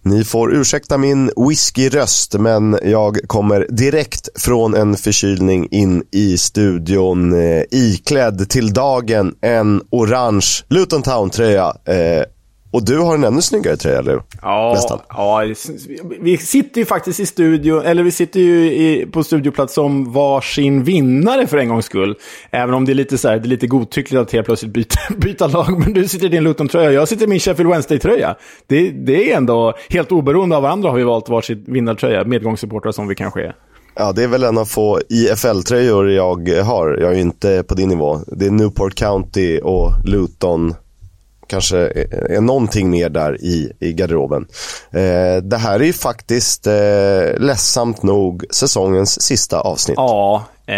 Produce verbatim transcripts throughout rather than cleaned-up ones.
Ni får ursäkta min whiskyröst, men jag kommer direkt från en förkylning in i studion eh, iklädd till dagen en orange Luton Town-tröja. Eh, och du har en ännu snyggare tröja, eller? Ja, nästan. Ja, vi sitter ju faktiskt i studio, eller vi sitter ju i, på studioplats som varsin vinnare för en gångs skull. Även om det är lite så här, det är lite godtyckligt att helt plötsligt byta, byta lag. Men du sitter i din Luton-tröja, jag sitter i min Sheffield Wednesday-tröja. Det, det är ändå helt oberoende av varandra, har vi valt varsitt vinnartröja, medgångssupportrar som vi kanske är. Ja, det är väl en av få I F L-tröjor jag har. Jag är ju inte på din nivå. Det är Newport County och Luton. Kanske är någonting mer där i, i garderoben. Eh, det här är ju faktiskt eh, ledsamt nog säsongens sista avsnitt. Ja, eh,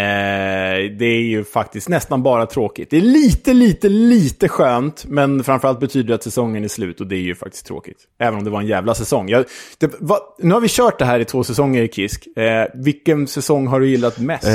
det är ju faktiskt nästan bara tråkigt. Det är lite, lite, lite skönt, men framförallt betyder det att säsongen är slut, och det är ju faktiskt tråkigt. Även om det var en jävla säsong. Jag, det, va, nu har vi kört det här i två säsonger i Kisk. Eh, vilken säsong har du gillat mest?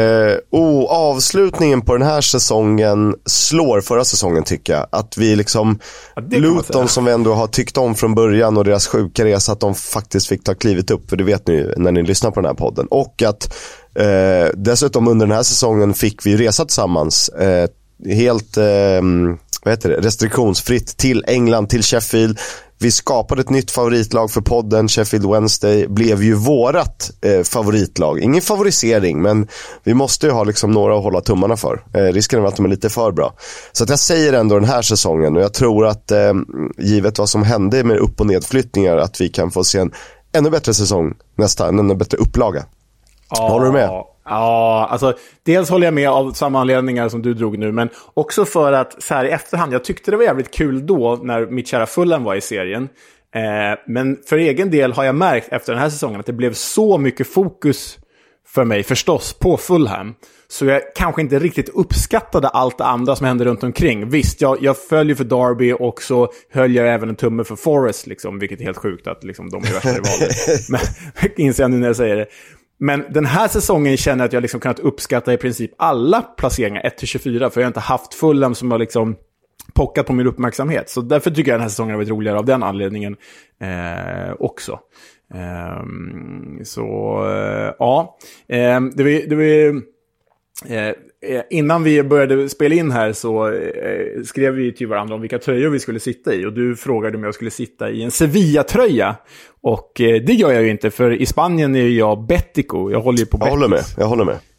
Eh, oh, avslutningen på den här säsongen slår förra säsongen, tycker jag. Att vi liksom, ja, Luton som vi ändå har tyckt om från början, och deras sjuka resa, att de faktiskt fick ta klivet upp, för det vet ni när ni lyssnar på den här podden. Och att Eh, dessutom under den här säsongen fick vi resa tillsammans eh, helt eh, vad heter det? restriktionsfritt till England, till Sheffield. Vi skapade ett nytt favoritlag för podden. Sheffield Wednesday blev ju vårat eh, favoritlag. Ingen favorisering, men vi måste ju ha liksom några att hålla tummarna för. Eh, risken är att de är lite för bra. Så att jag säger ändå den här säsongen, och jag tror att eh, givet vad som hände med upp- och nedflyttningar, att vi kan få se en ännu bättre säsong nästa, en ännu bättre upplaga. Ja, håller du med? Ja, alltså dels håller jag med av samma anledningar som du drog nu, men också för att så här i efterhand, jag tyckte det var jävligt kul då när mitt kära Fulham var i serien. Eh, men för egen del har jag märkt efter den här säsongen att det blev så mycket fokus för mig förstås på Fulham, så jag kanske inte riktigt uppskattade allt det andra som hände runt omkring. Visst, jag, jag följer för Derby, och så höll jag även en tumme för Forest, liksom, vilket är helt sjukt att liksom, de är värsta rivaler. Men inser jag nu när jag säger det. Men den här säsongen känner jag att jag liksom kunnat uppskatta i princip alla placeringar ett till tjugofyra, för jag har inte haft Fulham som har liksom pockat på min uppmärksamhet. Så därför tycker jag den här säsongen har varit roligare av den anledningen eh, också. Eh, så eh, ja, eh, det var... Det var eh, innan vi började spela in här så eh, skrev vi till varandra om vilka tröjor vi skulle sitta i, och du frågade om jag skulle sitta i en Sevilla-tröja, och eh, det gör jag ju inte, för i Spanien är jag Betico, jag håller ju på Betis. Jag håller med, jag håller med.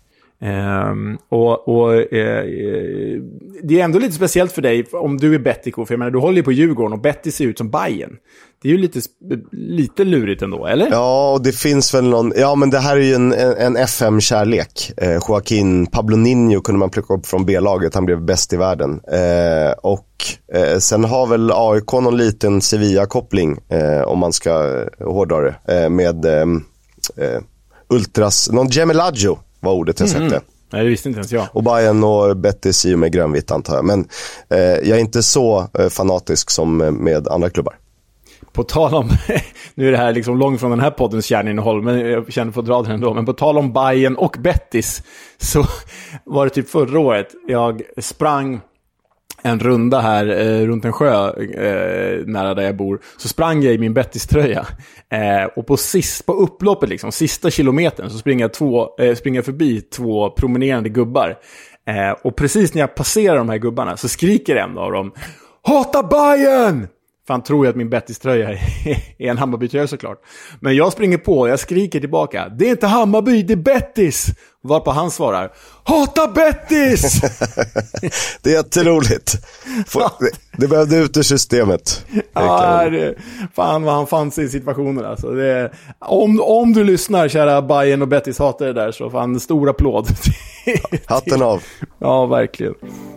Um, och, och eh, det är ändå lite speciellt för dig om du är Betico, för jag menar, du håller ju på Djurgården och Betis ser ut som Bayern. Det är ju lite, lite lurigt ändå, eller? Ja, och det finns väl någon... Ja, men det här är ju en, en F M-kärlek. Eh, Joaquin Pablo Niño kunde man plocka upp från B-laget. Han blev bäst i världen. Eh, och eh, sen har väl A I K någon liten Sevilla-koppling, eh, om man ska hårdra det, eh, med eh, eh, Ultras... Någon Gemelaggio var ordet jag mm. sökte. Nej, det visste inte ens jag. Och Bayern och Betis är ju med grönvitt, antar jag. Men eh, jag är inte så eh, fanatisk som med andra klubbar. På tal om, nu är det här liksom långt från den här poddens kärninnehåll, men jag känner för att dra den ändå. Men på tal om Bayern och Betis, så var det typ förra året jag sprang en runda här eh, runt en sjö eh, nära där jag bor. Så sprang jag i min Betis-tröja. Eh, och på, sist, på upploppet, liksom, sista kilometern, så springer jag, två, eh, springer jag förbi två promenerande gubbar. Eh, och precis när jag passerar de här gubbarna så skriker en av dem: "Hata Bayern!" För han tror ju att min Betis-tröja är en Hammarby-tröja såklart. Men jag springer på och jag skriker tillbaka: "Det är inte Hammarby, det är Betis!" Varpå han svarar: "Hata Betis!" Det är jätteroligt. Ja. Det, det behövde ut ur systemet. Ja, det, fan vad han fann sig i situationen. Alltså. Det, om, om du lyssnar, kära Bayern och Betis hatar det där, så fan stor applåd. Hatten av. Ja, verkligen.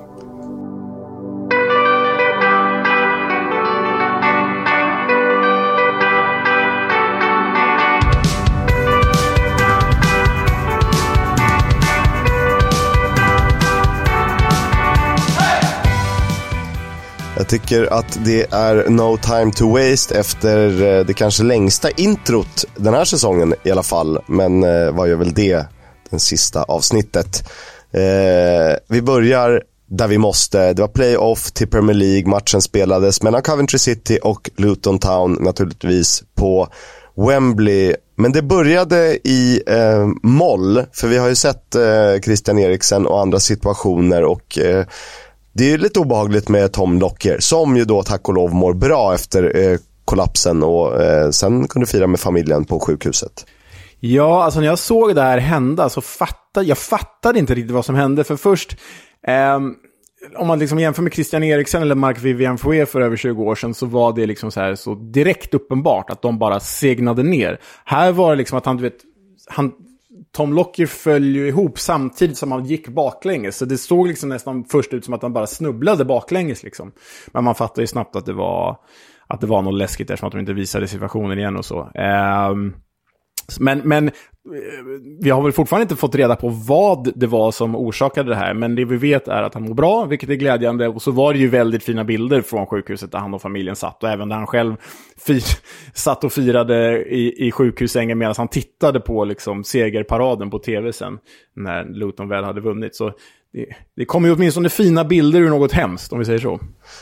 Jag tycker att det är no time to waste efter det kanske längsta introt den här säsongen i alla fall. Men eh, vad gör väl det den sista avsnittet. Eh, vi börjar där vi måste, det var playoff till Premier League, matchen spelades mellan Coventry City och Luton Town naturligtvis på Wembley. Men det började i eh, moll, för vi har ju sett eh, Christian Eriksen och andra situationer och eh, det är lite obehagligt med Tom Lockyer som ju då tack och lov mår bra efter eh, kollapsen och eh, sen kunde fira med familjen på sjukhuset. Ja, alltså när jag såg det här hända så fattade jag fattade inte riktigt vad som hände. För först, eh, om man liksom jämför med Christian Eriksen eller Marc-Vivien Foé för över tjugo år sedan, så var det liksom så här så direkt uppenbart att de bara segnade ner. Här var det liksom att han, du vet, han, Tom Lockyer föll ju ihop samtidigt som han gick baklänges. Så det såg liksom nästan först ut som att han bara snubblade baklänges liksom. Men man fattade ju snabbt att det var, att det var något läskigt där, som att de inte visade situationen igen och så. Eh, Men, men vi har väl fortfarande inte fått reda på vad det var som orsakade det här. Men det vi vet är att han mår bra, vilket är glädjande. Och så var det ju väldigt fina bilder från sjukhuset där han och familjen satt. Och även där han själv fir- satt och firade i, i sjukhussängen medan han tittade på liksom segerparaden på tv sen. När Luton väl hade vunnit. Så det, det kommer ju åtminstone fina bilder ur något hemskt, om vi säger så.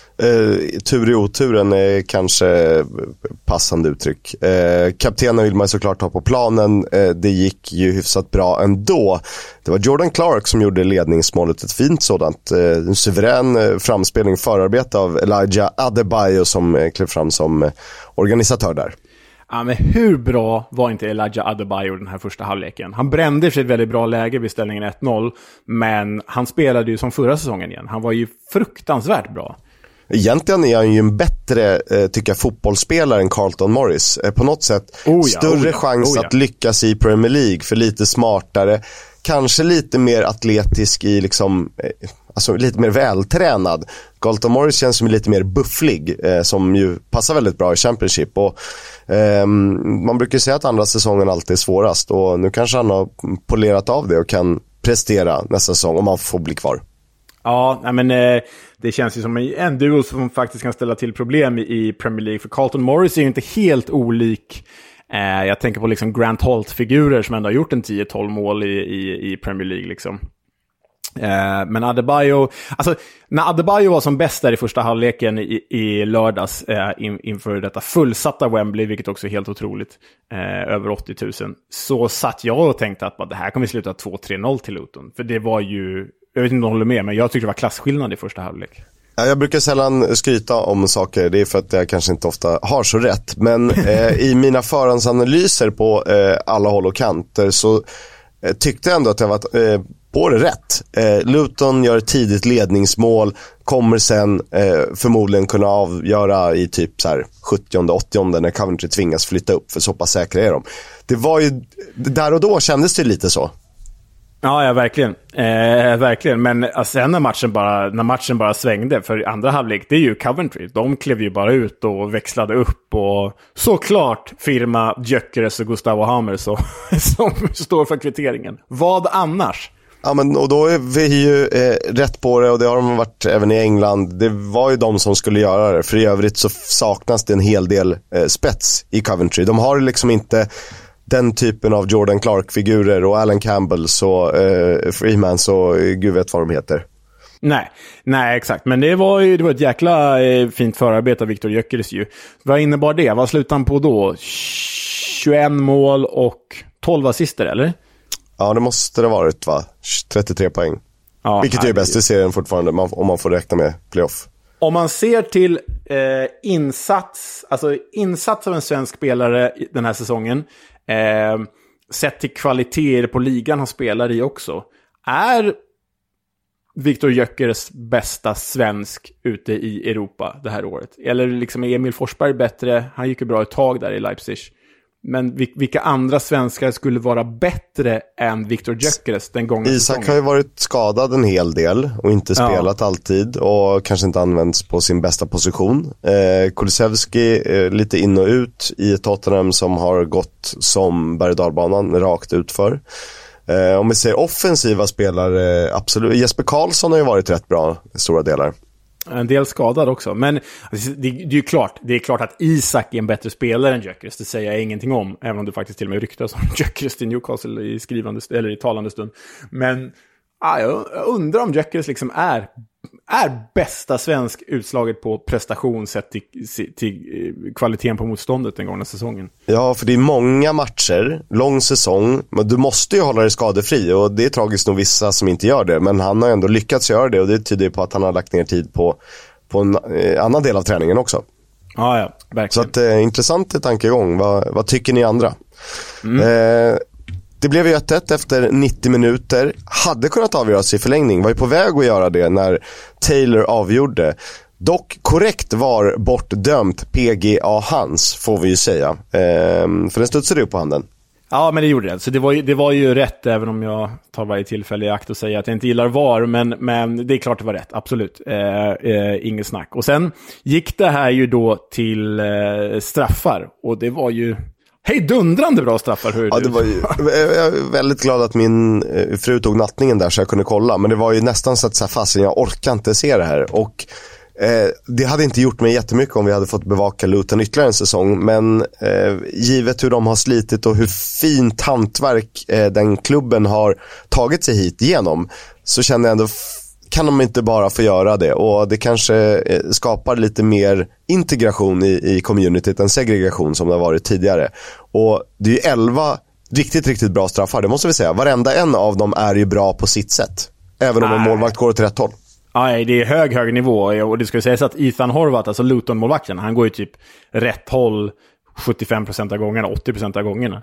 Eh, tur i oturen är kanske passande uttryck. Eh, kaptenen vill man såklart ha på planen. Eh, det gick ju hyfsat bra ändå. Det var Jordan Clark som gjorde ledningsmålet, ett fint sådant. Eh, en suverän eh, framspelning, förarbete av Elijah Adebayo som eh, klev fram som eh, organisatör där. Ja, men hur bra var inte Elijah Adebayo den här första halvleken? Han brände för ett väldigt bra läge vid ställningen ett noll, men han spelade ju som förra säsongen igen. Han var ju fruktansvärt bra. Egentligen är han ju en bättre, eh, tycker jag, fotbollsspelare än Carlton Morris. Eh, på något sätt oh ja, större oh ja, chans oh ja. att lyckas i Premier League, för lite smartare, kanske lite mer atletisk i liksom, eh, alltså lite mer vältränad. Carlton Morris känns som lite mer bufflig, eh, som ju passar väldigt bra i Championship. Och eh, man brukar säga att andra säsongen alltid är svårast, och nu kanske han har polerat av det och kan prestera nästa säsong om han får bli kvar. Ja, men eh, det känns ju som en duo som faktiskt kan ställa till problem i Premier League. För Carlton Morris är ju inte helt olik. Eh, jag tänker på liksom Grant Holt-figurer som ändå har gjort en tio tolv mål i, i, i Premier League liksom. Eh, men Adebayo, alltså när Adebayo var som bäst där i första halvleken i, i lördags eh, in, inför detta fullsatta Wembley, vilket också är helt otroligt, eh, över åttio tusen, så satt jag och tänkte att bara, det här kommer sluta två tre noll till Luton. För det var ju, jag vet inte om du håller med, men jag tyckte det var klasskillnad i första halvlek. Jag brukar sällan skryta om saker, det är för att jag kanske inte ofta har så rätt. Men eh, i mina förhandsanalyser på eh, alla håll och kanter så eh, tyckte jag ändå att jag var eh, på det rätt. Eh, Luton gör ett tidigt ledningsmål, kommer sen eh, förmodligen kunna avgöra i typ så här sjuttionde åttionde när Coventry tvingas flytta upp, för så pass säkra är de. Det var ju, där och då kändes det lite så. Ja, ja, verkligen. Eh, verkligen. Men alltså, sen när matchen, bara, när matchen bara svängde för andra halvlek, det är ju Coventry. De klev ju bara ut och växlade upp. Och såklart firma Gyökeres och Gustavo Hammer så, som står för kvitteringen. Vad annars? Ja, men och då är vi ju eh, rätt på det, och det har de varit även i England. Det var ju de som skulle göra det. För i övrigt så saknas det en hel del eh, spets i Coventry. De har liksom inte den typen av Jordan Clark-figurer och Alan Campbells och eh, Freemans och eh, gud vet vad de heter. Nej, nej exakt. Men det var ju det var ett jäkla eh, fint förarbete av Viktor Gyökeres ju. Vad innebar det? Vad slutade han på då? tjugoett mål och tolv assister, eller? Ja, det måste det ha varit, va? trettiotre poäng. Ja, vilket är bäst i serien fortfarande, om man får räkna med playoff. Om man ser till eh, insats, alltså insats av en svensk spelare den här säsongen, eh, sett till kvaliteter på ligan han spelar i också, är Viktor Gyökeres bästa svensk ute i Europa det här året? Eller liksom är Emil Forsberg bättre? Han gick ju bra ett tag där i Leipzig. Men vilka andra svenskar skulle vara bättre än Viktor Gyökeres den gången? Isak säsongen? Har ju varit skadad en hel del och inte spelat ja. alltid, och kanske inte använts på sin bästa position. Eh, Kulusevski eh, lite in och ut i Tottenham som har gått som berg- och dalbanan rakt utför. Eh, om vi ser offensiva spelare, absolut. Jesper Karlsson har ju varit rätt bra i stora delar. En del skadad också. Men alltså, det, det är ju klart, det är klart att Isak är en bättre spelare än Gyökeres. Det säger jag ingenting om, även om det faktiskt till och med ryktas om Gyökeres till Newcastle i skrivande eller i talande stund. Men ah, jag undrar om Gyökeres liksom är är bästa svensk utslaget på prestation sett till, till kvaliteten på motståndet den gångna säsongen. Ja, för det är många matcher, lång säsong, men du måste ju hålla dig skadefri och det är tragiskt nog vissa som inte gör det, men han har ändå lyckats göra det och det tyder på att han har lagt ner tid på, på en eh, annan del av träningen också. Ja, ja, verkligen. Så att, eh, intressant tankegång. Vad, vad tycker ni andra? Mm. Eh, det blev ju ett ett efter nittio minuter. Hade kunnat avgöras i förlängning. Var ju på väg att göra det när Taylor avgjorde. Dock korrekt var bortdömt P G A Hans, får vi ju säga. Eh, för den studsade upp på handen. Ja, men det gjorde det. Så det var, ju, det var ju rätt, även om jag tar varje tillfälle i akt och säger att jag inte gillar V A R. Men, men det är klart det var rätt, absolut. Eh, eh, inget snack. Och sen gick det här ju då till eh, straffar. Och det var ju... Hej, dundrande bra straffar, hur ja, det var ju, jag är väldigt glad att min fru tog nattningen där så jag kunde kolla. Men det var ju nästan så att så här, fasen, jag orkar inte se det här. Och eh, det hade inte gjort mig jättemycket om vi hade fått bevaka Luton ytterligare en säsong. Men eh, givet hur de har slitit och hur fint hantverk eh, den klubben har tagit sig hit igenom, så känner jag ändå... F- kan de inte bara få göra det, och det kanske skapar lite mer integration i, i communityt än segregation som det har varit tidigare. Och det är ju elva riktigt, riktigt bra straffar, det måste vi säga. Varenda en av dem är ju bra på sitt sätt, även om en målvakt går åt rätt håll. Nej, det är hög, hög nivå, och det ska sägas att Ethan Horvath, alltså Luton-målvakten, han går ju typ rätt håll sjuttiofem procent av gångerna, åttio procent av gångerna.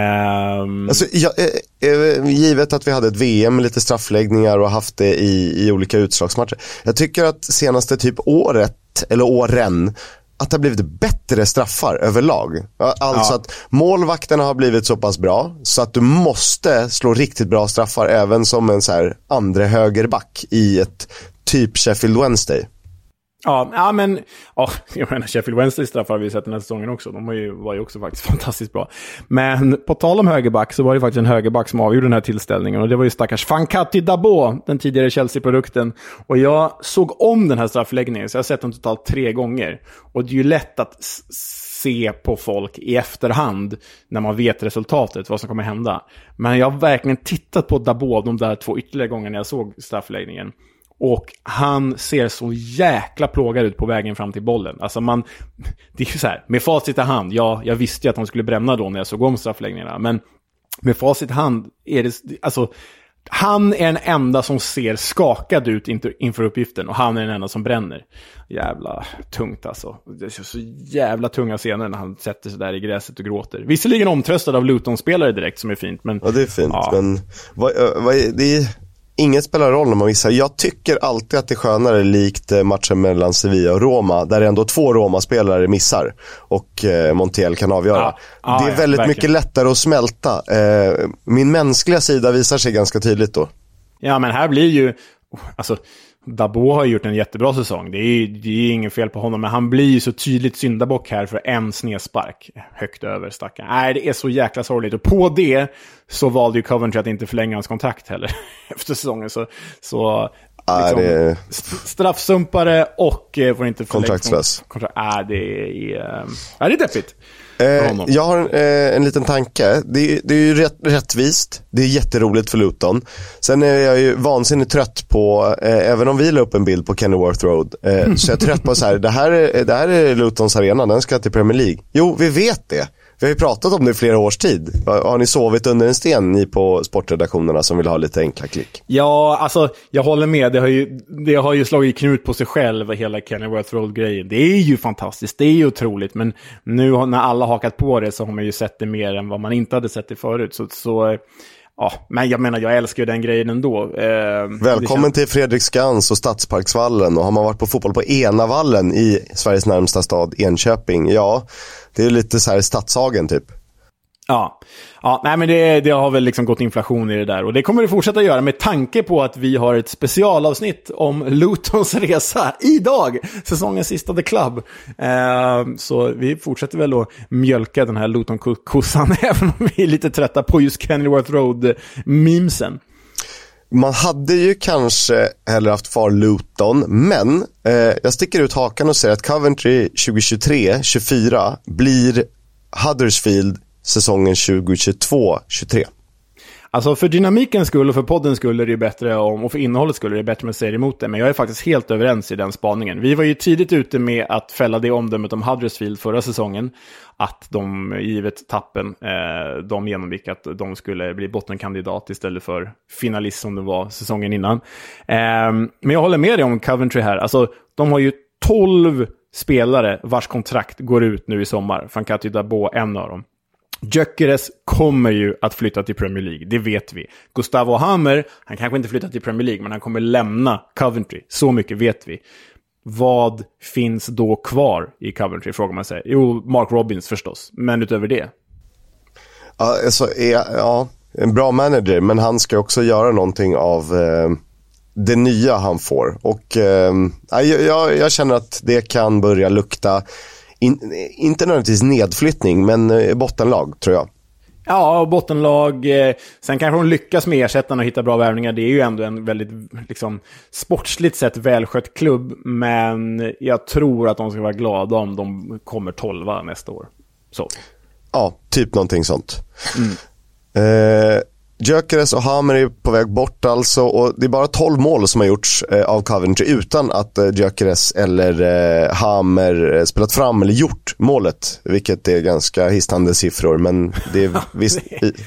Um... Alltså, ja, eh, givet att vi hade ett V M med lite straffläggningar och haft det i, i olika utslagsmatcher. Jag tycker att senaste typ året, eller åren, att det har blivit bättre straffar överlag. Alltså ja. Att målvakterna har blivit så pass bra så att du måste slå riktigt bra straffar även som en så här andra högerback i ett typ Sheffield Wednesday. Ja, ja men ja, jag menar, Sheffield Wednesday straffar har vi sett den här säsongen också. De var ju, var ju också faktiskt fantastiskt bra. Men på tal om högerback så var det faktiskt en högerback som avgjorde den här tillställningen. Och det var ju stackars Fankati Dabo, den tidigare Chelsea-produkten. Och jag såg om den här straffläggningen, så jag har sett den totalt tre gånger. Och det är ju lätt att s- se på folk i efterhand när man vet resultatet, vad som kommer hända. Men jag har verkligen tittat på Dabo de där två ytterligare gånger när jag såg straffläggningen. Och han ser så jäkla plågad ut på vägen fram till bollen. Alltså man, det är ju så här, med facit i hand, ja, jag visste ju att de skulle bränna då när jag såg om straffläggningarna. Men med facit i hand är det, alltså, han är den enda som ser skakad ut inför uppgiften. Och han är den enda som bränner. Jävla tungt alltså. Det är så jävla tunga scener när han sätter sig där i gräset och gråter. Visserligen omtröstad av Luton-spelare direkt, som är fint. Men, ja, det är fint. Ja. Men vad, vad, det är... Inget spelar roll när man missar. Jag tycker alltid att det är skönare, likt matchen mellan Sevilla och Roma, där ändå två Roma-spelare missar och eh, Montiel kan avgöra. Ja, ja, det är väldigt ja, mycket lättare att smälta. Eh, min mänskliga sida visar sig ganska tydligt då. Ja, men här blir ju... Alltså, Dabo har gjort en jättebra säsong. Det är, det är ingen fel på honom, men han blir ju så tydligt syndabock här för en snedspark högt över stacken. Nej, det är så jäkla sorgligt. Och på det så valde ju Coventry att inte förlänga hans kontrakt heller efter säsongen. Så, så liksom, äh, det... straffsumpare och eh, får inte kontraktslös. Kontrakt. Äh, det är, äh, det är deppigt. Eh, jag har eh, en liten tanke. Det, det är ju rätt, rättvist. Det är jätteroligt för Luton. Sen är jag ju vansinnigt trött på, eh, även om vi la upp en bild på Kenilworth Road, eh, så jag är trött på så här, det här är, det här är Lutons arena, den ska till Premier League. Jo, vi vet det. Vi har ju pratat om det i flera års tid. Har ni sovit under en sten, ni på sportredaktionerna som vill ha lite enkla klick? Ja, alltså jag håller med. Det har ju, det har ju slagit knut på sig själv, hela Kenilworth Road-grejen. Det är ju fantastiskt, det är ju otroligt. Men nu när alla hakat på det så har man ju sett det mer än vad man inte hade sett det förut. Så, så ja, men jag menar, jag älskar ju den grejen ändå. Eh, Välkommen känns... till Fredriksskans och Stadsparksvallen. Och har man varit på fotboll på Enavallen i Sveriges närmsta stad, Enköping, ja, det är lite så här Stadshagen typ. Ja, ja nej, men det, det har väl liksom gått inflation i det där. Och det kommer det fortsätta göra med tanke på att vi har ett specialavsnitt om Lutons resa idag. Säsongens sista The Club. Eh, så vi fortsätter väl att mjölka den här Luton-kossan även om vi är lite trötta på just Kenilworth Road-memesen. Man hade ju kanske heller haft far Luton, men eh, jag sticker ut hakan och säger att Coventry tjugohundratjugotre tjugofyra blir Huddersfield säsongen tjugohundratjugotvå tjugotre. Alltså för dynamikens skull och för poddens skull är det bättre om, och för innehållets skull är det bättre med att säga emot det. Men jag är faktiskt helt överens i den spaningen. Vi var ju tidigt ute med att fälla det omdömet om Huddersfield förra säsongen. Att de, givet tappen, eh, de genomgick att de skulle bli bottenkandidat istället för finalist som det var säsongen innan. Eh, men jag håller med dig om Coventry här. Alltså de har ju tolv spelare vars kontrakt går ut nu i sommar. Fankati Dabo, en av dem. Gyökeres kommer ju att flytta till Premier League, det vet vi. Gustavo Hamer, han kanske inte flyttar till Premier League, men han kommer lämna Coventry. Så mycket vet vi. Vad finns då kvar i Coventry, frågar man sig. Jo, Mark Robins förstås, men utöver det. Ja, alltså, ja, en bra manager, men han ska också göra någonting av eh, det nya han får. Och eh, jag, jag känner att det kan börja lukta In, inte nödvändigtvis nedflyttning, men bottenlag, tror jag. Ja, bottenlag. Eh, sen kanske de lyckas med ersättarna och hitta bra värvningar. Det är ju ändå en väldigt liksom, sportsligt sett välskött klubb. Men jag tror att de ska vara glada om de kommer tolva nästa år. Så. Ja, typ någonting sånt. Mm. Eh, Gyökeres och Hamer är på väg bort alltså, och det är bara tolv mål som har gjorts eh, av Coventry utan att eh, Gyökeres eller eh, Hamer eh, spelat fram eller gjort målet, vilket är ganska hisnande siffror, men det är visst...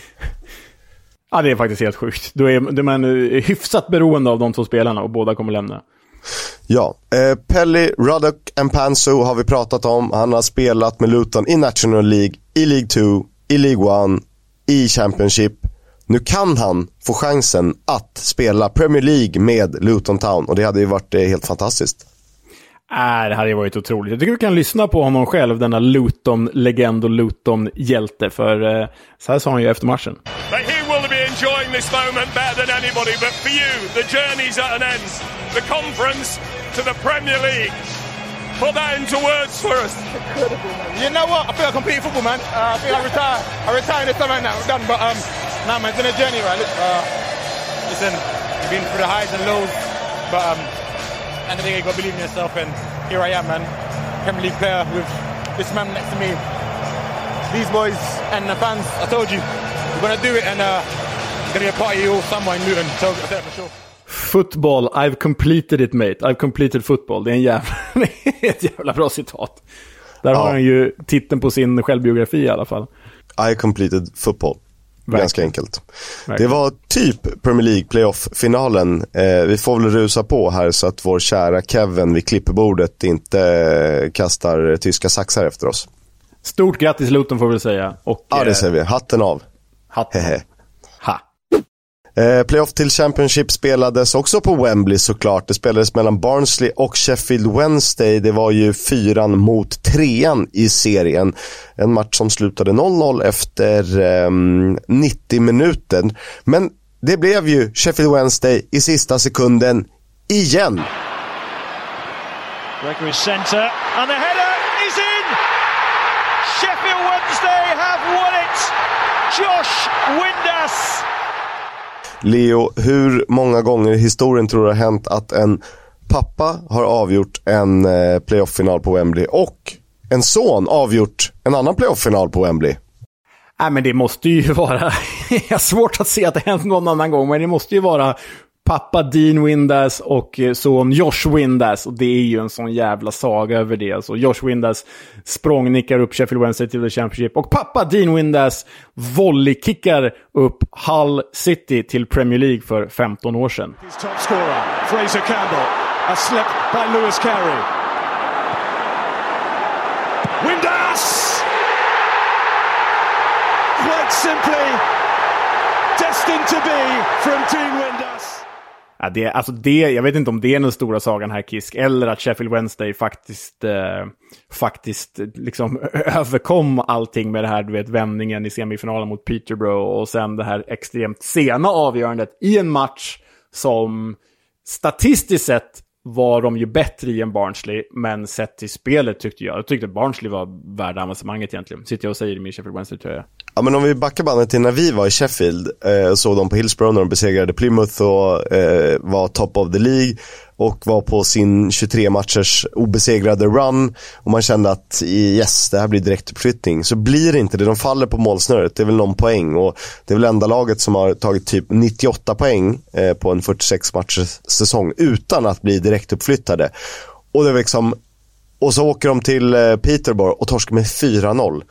Ja, det är faktiskt helt sjukt. Då är, då är man hyfsat beroende av de två spelarna och båda kommer lämna. Ja, eh, Pelly Ruddock Mpanzu har vi pratat om. Han har spelat med Luton i National League, i League två, i League ett, i Championship. Nu kan han få chansen att spela Premier League med Luton Town, och det hade ju varit eh, helt fantastiskt. Äh, det hade ju varit otroligt. Jag tycker vi kan lyssna på honom själv, denna Luton-legend och Luton-hjälte, för eh, så här sa han ju efter matchen. But he will be enjoying this moment better than anybody, but for you, the journey's at an end. The conference to the Premier League. Put that into words for us. Incredible, man. You know what? I feel like I'm playing football, man. Uh, I think I retire. I retire in this time right now. I'm done, but um, nah, man, it's been a journey, right? Uh, listen, you've been through the highs and lows, but um, and I think you got to believe in yourself, and here I am, man. Premier League player with this man next to me. These boys and the fans, I told you, we're going to do it, and uh, it's going to be a party all somewhere in Luton, so I'll say it for sure. Football, I've completed it, mate. I've completed football. Det är en jävla, ett jävla bra citat. Där ja. Har han ju titeln på sin självbiografi i alla fall. I completed football. Verkligen. Ganska enkelt. Verkligen. Det var typ Premier League playoff-finalen. Eh, vi får väl rusa på här så att vår kära Kevin vid klippbordet inte eh, kastar tyska saxar efter oss. Stort grattis Luton får vi väl säga. Och, ja, det säger vi. Hatten av. Hatten. Hehe. Ha. Eh, playoff till Championship spelades också på Wembley såklart. Det spelades mellan Barnsley och Sheffield Wednesday. Det var ju fyran mot trean i serien. En match som slutade noll noll efter eh, nittio minuter. Men det blev ju Sheffield Wednesday i sista sekunden igen. Gregory center and the header is in. Sheffield Wednesday have won it. Josh Windass. Leo, hur många gånger i historien tror du har hänt att en pappa har avgjort en eh, playoff-final på Wembley och en son avgjort en annan playoff-final på Wembley? Nej, men det måste ju vara... Jag har svårt att se att det hänt någon annan gång, men det måste ju vara pappa Dean Windass och son Josh Windass, och det är ju en sån jävla saga över det. Alltså Josh Windass språngnickar upp Sheffield Wednesday till the Championship, och pappa Dean Windass volleykickar upp Hull City till Premier League för femton år sedan. His top scorer, Fraser Campbell, a slip by Lewis Carey. Windass! Quite simply destined to be from Dean Windass. Ja, det, alltså det, jag vet inte om det är den stora sagan här, Kisk, eller att Sheffield Wednesday faktiskt eh, faktiskt liksom överkom allting med det här, du vet, vändningen i semifinalen mot Peterborough och sen det här extremt sena avgörandet i en match som statistiskt sett var de ju bättre i än Barnsley, men sett till spelet tyckte jag, jag tyckte Barnsley var värda avancemanget egentligen. Sitter jag och säger det med Sheffield Wednesday, tror jag. Ja, men om vi backar bandet till när vi var i Sheffield, eh, såg de på Hillsborough när de besegrade Plymouth och eh, var top of the league. och var på sin tjugotre matchers obesegrade run och man kände att yes, det här blir direktuppflyttning. Så blir det inte det, de faller på målsnöret. Det är väl någon poäng och det är väl enda laget som har tagit typ nittioåtta poäng eh, på en fyrtiosex matchers säsong utan att bli direktuppflyttade. Och det är liksom, och så åker de till eh, Peterborough och torskar med fyra noll.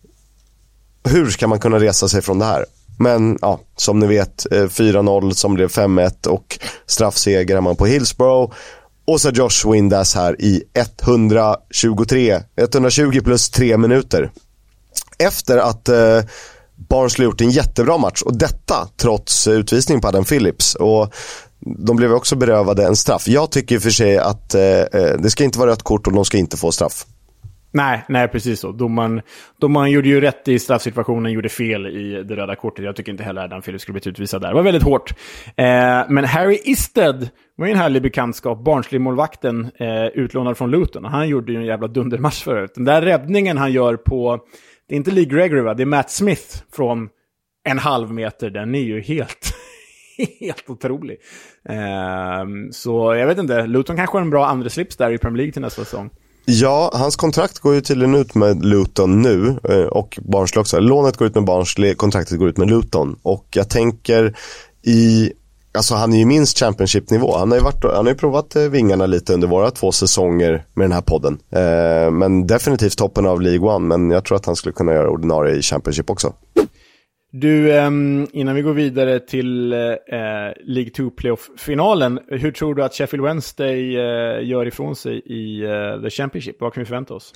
Hur ska man kunna resa sig från det här? Men ja, som ni vet, fyra noll som blev fem ett och straffseger man på Hillsborough. Och så Josh Windass här i etthundratjugotre, etthundratjugo plus tre minuter. Efter att eh, Barnsley gjort en jättebra match, och detta trots utvisning på Adam Phillips. Och de blev också berövade en straff. Jag tycker för sig att eh, det ska inte vara rött kort och de ska inte få straff. Nej, nej, precis så. Domaren, domaren gjorde ju rätt i straffsituationen, gjorde fel i det röda kortet. Jag tycker inte heller att Adam Phillips skulle bli utvisad där. Det var väldigt hårt. Eh, men Harry Isted var ju en härlig bekantskap. Barnsley-målvakten eh, utlånad från Luton. Han gjorde ju en jävla dundermatch förut. Den där räddningen han gör på, det är inte Lee Gregory va? Det är Matt Smith från en halv meter. Den är ju helt... helt otrolig. Eh, så jag vet inte, Luton kanske har en bra andra slips där i Premier League till nästa säsong. Ja, hans kontrakt går ju tydligen ut med Luton nu, och Barnsley också. Lånet går ut med Barnsley, kontraktet går ut med Luton. Och jag tänker i, alltså han är ju minst Championship-nivå. Han har ju, varit, han har ju provat vingarna lite under våra två säsonger med den här podden. Eh, men definitivt toppen av League One, men jag tror att han skulle kunna göra ordinarie i Championship också. Du, um, innan vi går vidare till uh, League två playoff-finalen, hur tror du att Sheffield Wednesday uh, gör ifrån sig i uh, The Championship? Vad kan vi förvänta oss?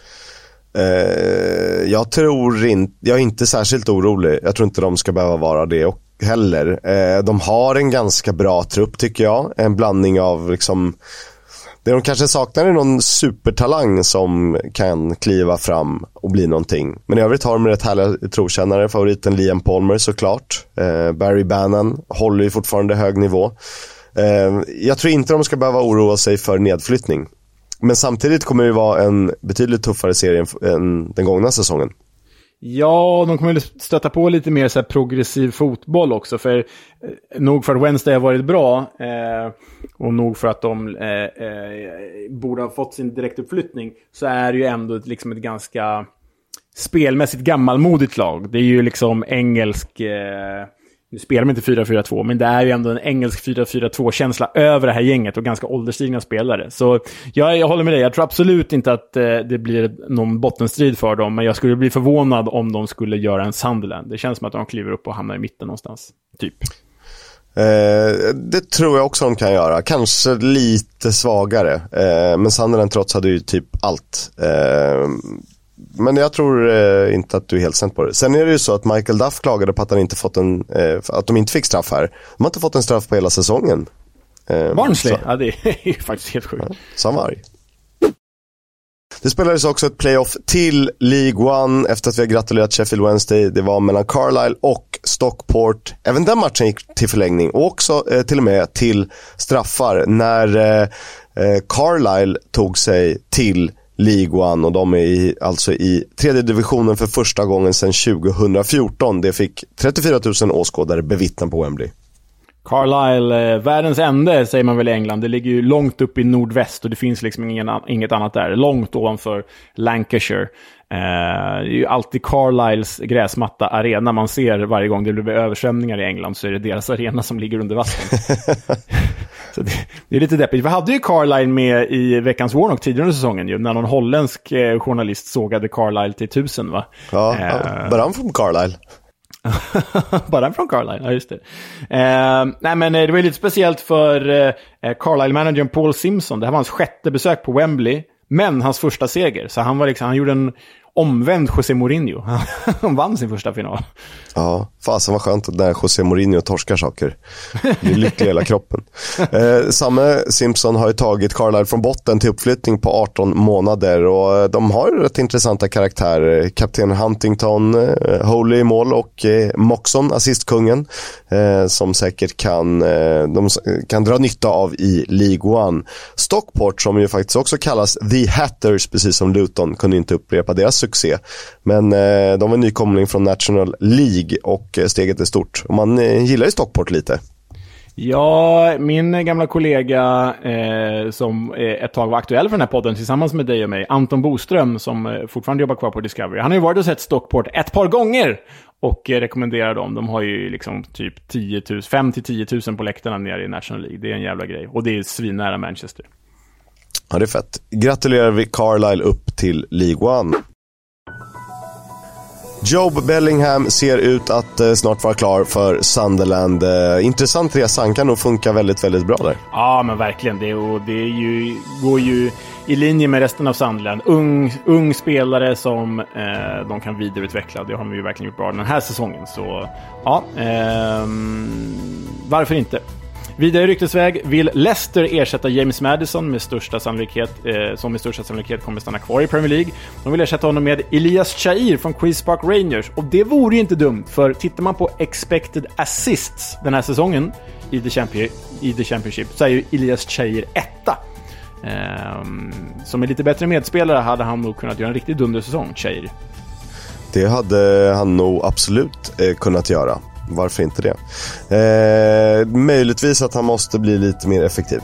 Uh, jag tror inte, jag är inte särskilt orolig. Jag tror inte de ska behöva vara det och heller. Uh, de har en ganska bra trupp tycker jag. En blandning av liksom... Det de kanske saknar är någon supertalang som kan kliva fram och bli någonting. Men i övrigt har de rätt härliga trotjänare. Favoriten Liam Palmer såklart. Eh, Barry Bannon håller ju fortfarande hög nivå. Eh, jag tror inte de ska behöva oroa sig för nedflyttning. Men samtidigt kommer det vara en betydligt tuffare serie än den gångna säsongen. Ja, de kommer stöta på lite mer så här progressiv fotboll också. För eh, nog för att Wednesday har varit bra eh, och nog för att de eh, eh, borde ha fått sin direktuppflyttning, så är det ju ändå liksom ett ganska spelmässigt gammalmodigt lag. Det är ju liksom engelsk... Eh, nu spelar de inte fyra fyra två, men det är ju ändå en engelsk fyra fyra två-känsla över det här gänget och ganska ålderstigna spelare. Så jag, jag håller med dig. Jag tror absolut inte att eh, det blir någon bottenstrid för dem, men jag skulle bli förvånad om de skulle göra en Sunderland. Det känns som att de kliver upp och hamnar i mitten någonstans. Typ. Eh, det tror jag också de kan göra. Kanske lite svagare. Eh, men Sunderland trots hade ju typ allt. Eh, Men jag tror eh, inte att du är helt sent på det. Sen är det ju så att Michael Duff klagade på att han inte fått en, eh, att de inte fick straff här. De har inte fått en straff på hela säsongen. Eh, Barnsley? Ja, det är ju faktiskt helt sjukt. Ja, så han var arg. Det spelades också ett playoff till League One efter att vi har gratulerat Sheffield Wednesday. Det var mellan Carlisle och Stockport. Även den matchen gick till förlängning och också eh, till och med till straffar när eh, Carlisle tog sig till League One, och de är i, alltså i tredje divisionen för första gången sedan tjugohundrafjorton. Det fick trettiofyra tusen åskådare bevittna på Wembley. Carlisle, eh, världens ände säger man väl i England. Det ligger ju långt upp i nordväst och det finns liksom ingen, inget annat där. Långt ovanför Lancashire. Eh, det är ju alltid Carlisles gräsmatta arena man ser varje gång det blir översvämningar i England, så är det deras arena som ligger under vatten. Så det, det är lite deppigt. Vi hade ju Carlisle med i veckans Warnock tidigare under säsongen ju, när någon holländsk eh, journalist sågade Carlisle till tusen va? Ja, eh, bara han från Carlisle. Bara från Carlisle, ja just det. Eh, nej men det var ju lite speciellt för eh, Carlisle-managern Paul Simpson. Det här var hans sjätte besök på Wembley, men hans första seger. Så han var liksom, han gjorde en omvänd José Mourinho. Han vann sin första final. Ja, fasen var skönt när José Mourinho torskar saker. Det är lycklig hela kroppen. Eh, samme Simpson har ju tagit Carlisle från botten till uppflyttning på arton månader, och de har ju rätt intressanta karaktärer. Kapten Huntington, eh, Holy i mål, och eh, Moxon, assistkungen, eh, som säkert kan, eh, de kan dra nytta av i League One. Stockport, som ju faktiskt också kallas The Hatters, precis som Luton, kunde inte upprepa deras succé. Men eh, de var en nykomling från National League och steget är stort. Och man eh, gillar ju Stockport lite. Ja, min gamla kollega eh, som ett tag var aktuell för den här podden tillsammans med dig och mig, Anton Boström, som eh, fortfarande jobbar kvar på Discovery. Han har ju varit och sett Stockport ett par gånger och eh, rekommenderar dem. De har ju liksom typ tio tusen, fem till tio tusen på läktarna nere i National League. Det är en jävla grej. Och det är svinnära Manchester. Ja, det är fett. Gratulerar vi Carlisle upp till League One. Job Bellingham ser ut att eh, snart vara klar för Sunderland. Eh, intressant resa, han kan nog funka väldigt, väldigt bra där. Ja, men verkligen. Det, och det är ju, går ju i linje med resten av Sunderland. Ung, ung spelare som eh, de kan vidareutveckla. Det har de ju verkligen gjort bra den här säsongen. Så ja, eh, varför inte? Vidare ryktesväg vill Leicester ersätta James Maddison med största sannolikhet, eh, som med största sannolikhet kommer stanna kvar i Premier League. De vill ersätta honom med Elias Chair från Queen's Park Rangers. Och det vore ju inte dumt, för tittar man på expected assists den här säsongen i The, Champion, i the Championship så är ju Elias Chair etta. Eh, som är lite bättre medspelare hade han nog kunnat göra en riktigt dundersäsong, Chair. Det hade han nog absolut eh, kunnat göra. Varför inte det? Eh, möjligtvis att han måste bli lite mer effektiv.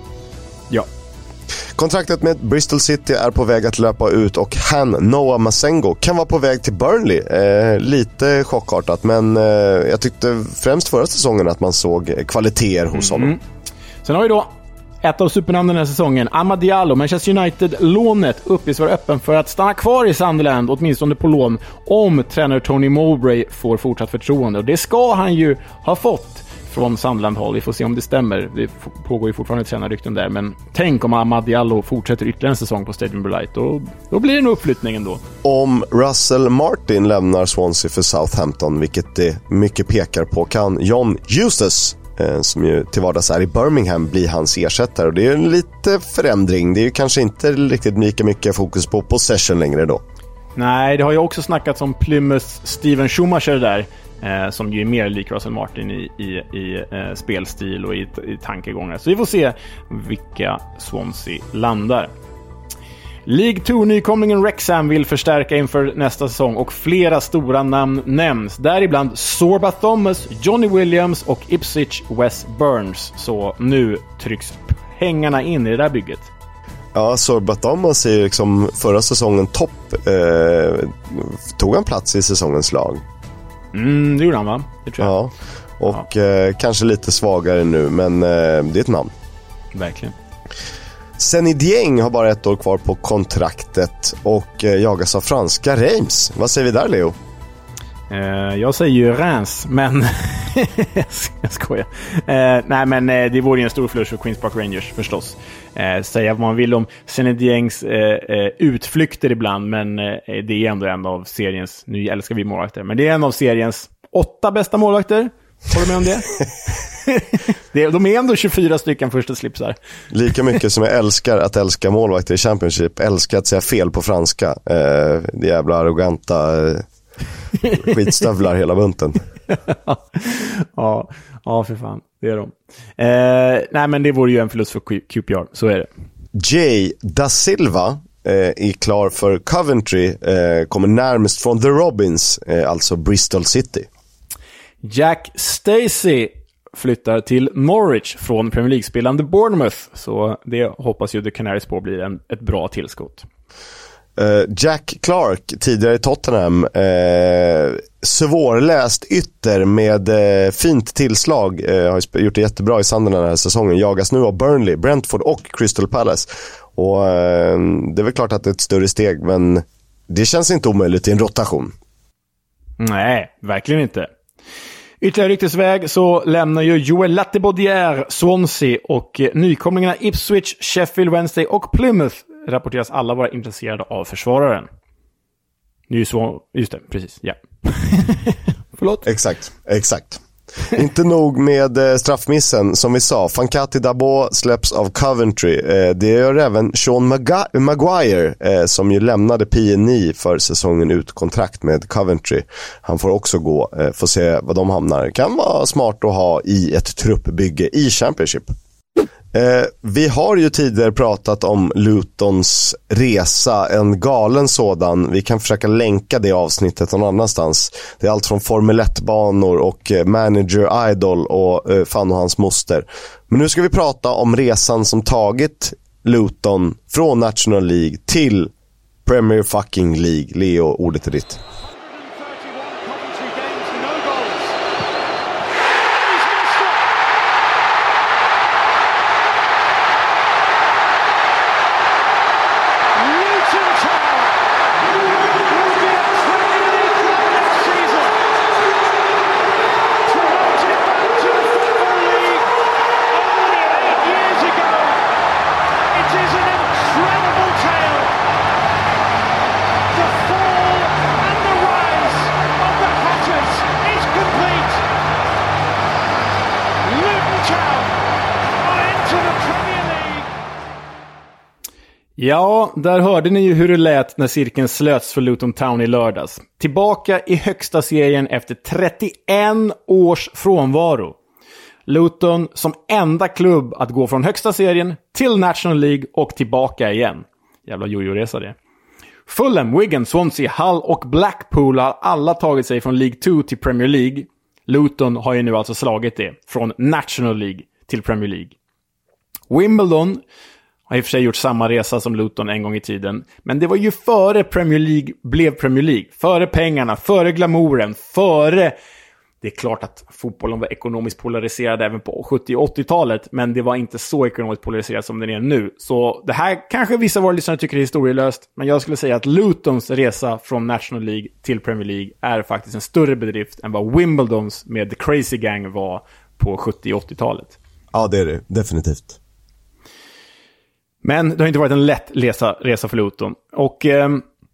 Ja. Kontraktet med Bristol City är på väg att löpa ut och han, Noah Masengo, kan vara på väg till Burnley. Eh, lite chockartat, men eh, jag tyckte främst förra säsongen att man såg kvaliteter hos honom. Mm. Sen har vi då ett av supernamnen den här säsongen, Amad Diallo. Manchester United-lånet uppges vara öppen för att stanna kvar i Sunderland, åtminstone på lån, om tränare Tony Mowbray får fortsatt förtroende. Och det ska han ju ha fått från Sunderland-håll. Vi får se om det stämmer. Det pågår ju fortfarande tränarrykten där. Men tänk om Amad Diallo fortsätter ytterligare en säsong på Stadium Bright. Då, då blir det en uppflyttning ändå. Om Russell Martin lämnar Swansea för Southampton, vilket det mycket pekar på, kan John Eustace, som ju till vardags är i Birmingham, blir hans ersättare. Och det är en lite förändring. Det är ju kanske inte riktigt lika mycket fokus på possession längre då. Nej, det har ju också snackats om Plymouth Steven Schumacher där, eh, som ju är mer lik Russell Martin i, i, i eh, spelstil och i, i tankegångar. Så vi får se vilka Swansea landar. League två-nykomlingen Wrexham vill förstärka inför nästa säsong och flera stora namn nämns. Däribland Sorba Thomas, Johnny Williams och Ipswich Wes Burns. Så nu trycks pengarna in i det där bygget. Ja, Sorba Thomas är ju liksom förra säsongen topp. Eh, tog han plats i säsongens lag? Mm, det gjorde han, va? Det tror jag. Ja, och ja. Eh, kanske lite svagare nu, men eh, det är ett namn. Verkligen. Senny Dieng har bara ett år kvar på kontraktet och eh, jagas av franska Reims. Vad säger vi där, Leo? Uh, jag säger ju Reims, men jag skojar. Uh, nej, men uh, det vore ju en stor förlust för Queen's Park Rangers förstås. Uh, säga vad man vill om Senny Diengs uh, uh, utflykter ibland, men uh, det är ändå en av seriens, nu älskar vi målvakter, men det är en av seriens åtta bästa målvakter. Håller du med om det? det? De är ändå tjugofyra stycken första slipsar. Lika mycket som jag älskar att älska målvakter i Championship, älskar att säga fel på franska. Eh, det jävla arroganta eh, skitstövlar hela bunten. ja, ja, för fan. Det är de. Eh, nej, men det vore ju en förlust för Q P R. Så är det. Jay Da Silva eh, är klar för Coventry. Eh, kommer närmast från The Robins, eh, alltså Bristol City. Jack Stacey flyttar till Norwich från Premier League-spelande Bournemouth. Så det hoppas ju The Canaries på blir en, ett bra tillskott. Uh, Jack Clark, tidigare i Tottenham, uh, svårläst ytter med uh, fint tillslag, uh, har gjort det jättebra i Sunderland den här säsongen, jagas nu av Burnley, Brentford och Crystal Palace. Och uh, det är väl klart att det är ett större steg, men det känns inte omöjligt i en rotation. Nej, verkligen inte. Ytterligare ryktesväg så lämnar ju Joel Latibaudière Swansea, och nykomlingarna Ipswich, Sheffield Wednesday och Plymouth rapporteras alla vara intresserade av försvararen. Nu är så, just det, precis, ja. Förlåt? Exakt, exakt. Inte nog med eh, straffmissen, som vi sa. Fankati Dabo släpps av Coventry. Eh, det gör även Sean Maga- Maguire eh, som ju lämnade P N I för säsongen ut kontrakt med Coventry. Han får också gå. Eh, får se vad de hamnar. Kan vara smart att ha i ett truppbygge i Championship. Eh, vi har ju tidigare pratat om Lutons resa, en galen sådan. Vi kan försöka länka det avsnittet någon annanstans. Det är allt från Formel ett-banor och eh, Manager Idol och eh, fan och hans moster. Men nu ska vi prata om resan som tagit Luton från National League till Premier fucking League. Leo, ordet är ditt. Ja, där hörde ni ju hur det lät när cirkeln slöts för Luton Town i lördags. Tillbaka i högsta serien efter trettioen års frånvaro. Luton som enda klubb att gå från högsta serien till National League och tillbaka igen. Jävla jojo-resa det. Fulham, Wigan, Swansea, Hull och Blackpool har alla tagit sig från League två till Premier League. Luton har ju nu alltså slagit det från National League till Premier League. Wimbledon har i och för sig gjort samma resa som Luton en gång i tiden. Men det var ju före Premier League blev Premier League. Före pengarna, före glamouren, före... Det är klart att fotbollen var ekonomiskt polariserad även på sjuttio- och åttiotalet. Men det var inte så ekonomiskt polariserad som den är nu. Så det här kanske vissa av våra lyssnare tycker är historielöst. Men jag skulle säga att Lutons resa från National League till Premier League är faktiskt en större bedrift än vad Wimbledons med The Crazy Gang var på sjuttio- och åttiotalet. Ja, det är det. Definitivt. Men det har inte varit en lätt resa, resa för Luton. Och eh,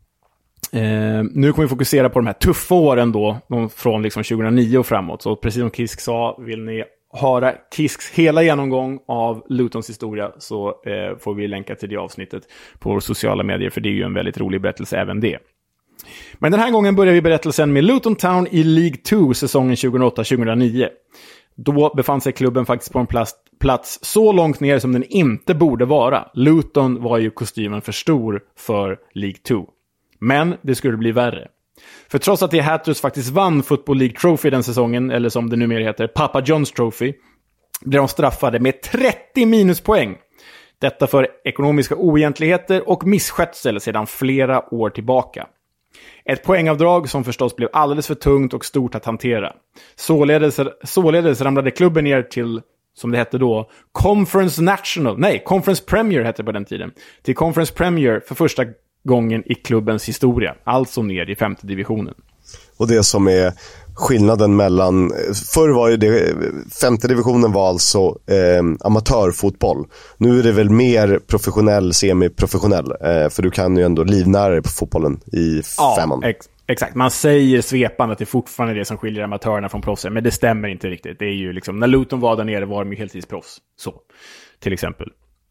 eh, nu kommer vi fokusera på de här tuffa åren då, från liksom tjugohundranio och framåt. Så precis som Kisk sa, vill ni höra Kisks hela genomgång av Lutons historia så eh, får vi länka till det avsnittet på våra sociala medier, för det är ju en väldigt rolig berättelse även det. Men den här gången börjar vi berättelsen med Luton Town i League två säsongen tjugohundraåtta tjugohundranio. Då befann sig klubben faktiskt på en plats, plats så långt ner som den inte borde vara. Luton var ju kostymen för stor för League två. Men det skulle bli värre. För trots att The Hatters faktiskt vann Football League Trophy den säsongen, eller som det numera heter, Papa John's Trophy, blev de straffade med trettio minuspoäng. Detta för ekonomiska oegentligheter och misskötsel sedan flera år tillbaka. Ett poängavdrag som förstås blev alldeles för tungt och stort att hantera. Således, således ramlade klubben ner till, som det hette då, Conference National. Nej, Conference Premier hette det på den tiden. Till Conference Premier för första gången i klubbens historia. Alltså ner i femte divisionen. Och det som är skillnaden mellan, förr var ju det, femte divisionen var alltså eh, amatörfotboll. Nu är det väl mer professionell, semiprofessionell. Eh, för du kan ju ändå livnära dig på fotbollen i ja, femman. Ex- exakt, man säger svepande att det är fortfarande det som skiljer amatörerna från proffsen. Men det stämmer inte riktigt. Det är ju liksom, när Luton var där nere var de ju heltidsproffs. Så, till exempel.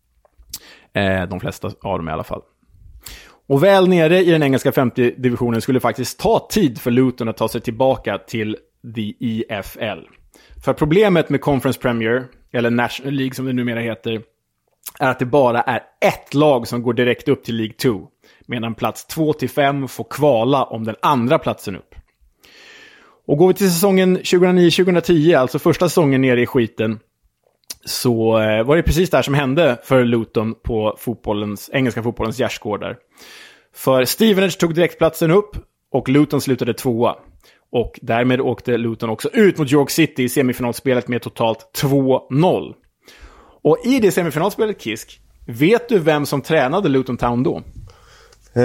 Eh, de flesta av dem i alla fall. Och väl nere i den engelska femte divisionen skulle faktiskt ta tid för Luton att ta sig tillbaka till the E F L. För problemet med Conference Premier, eller National League som det numera heter, är att det bara är ett lag som går direkt upp till League två, medan plats två till fem får kvala om den andra platsen upp. Och går vi till säsongen tjugohundranio tjugohundratio, alltså första säsongen nere i skiten, så var det precis det här som hände för Luton på fotbollens, engelska fotbollens gärdsgårdar. För Stevenage tog direktplatsen upp och Luton slutade tvåa. Och därmed åkte Luton också ut mot York City i semifinalspelet med totalt två noll. Och i det semifinalspelet, Kisk, vet du vem som tränade Luton Town då? Eh...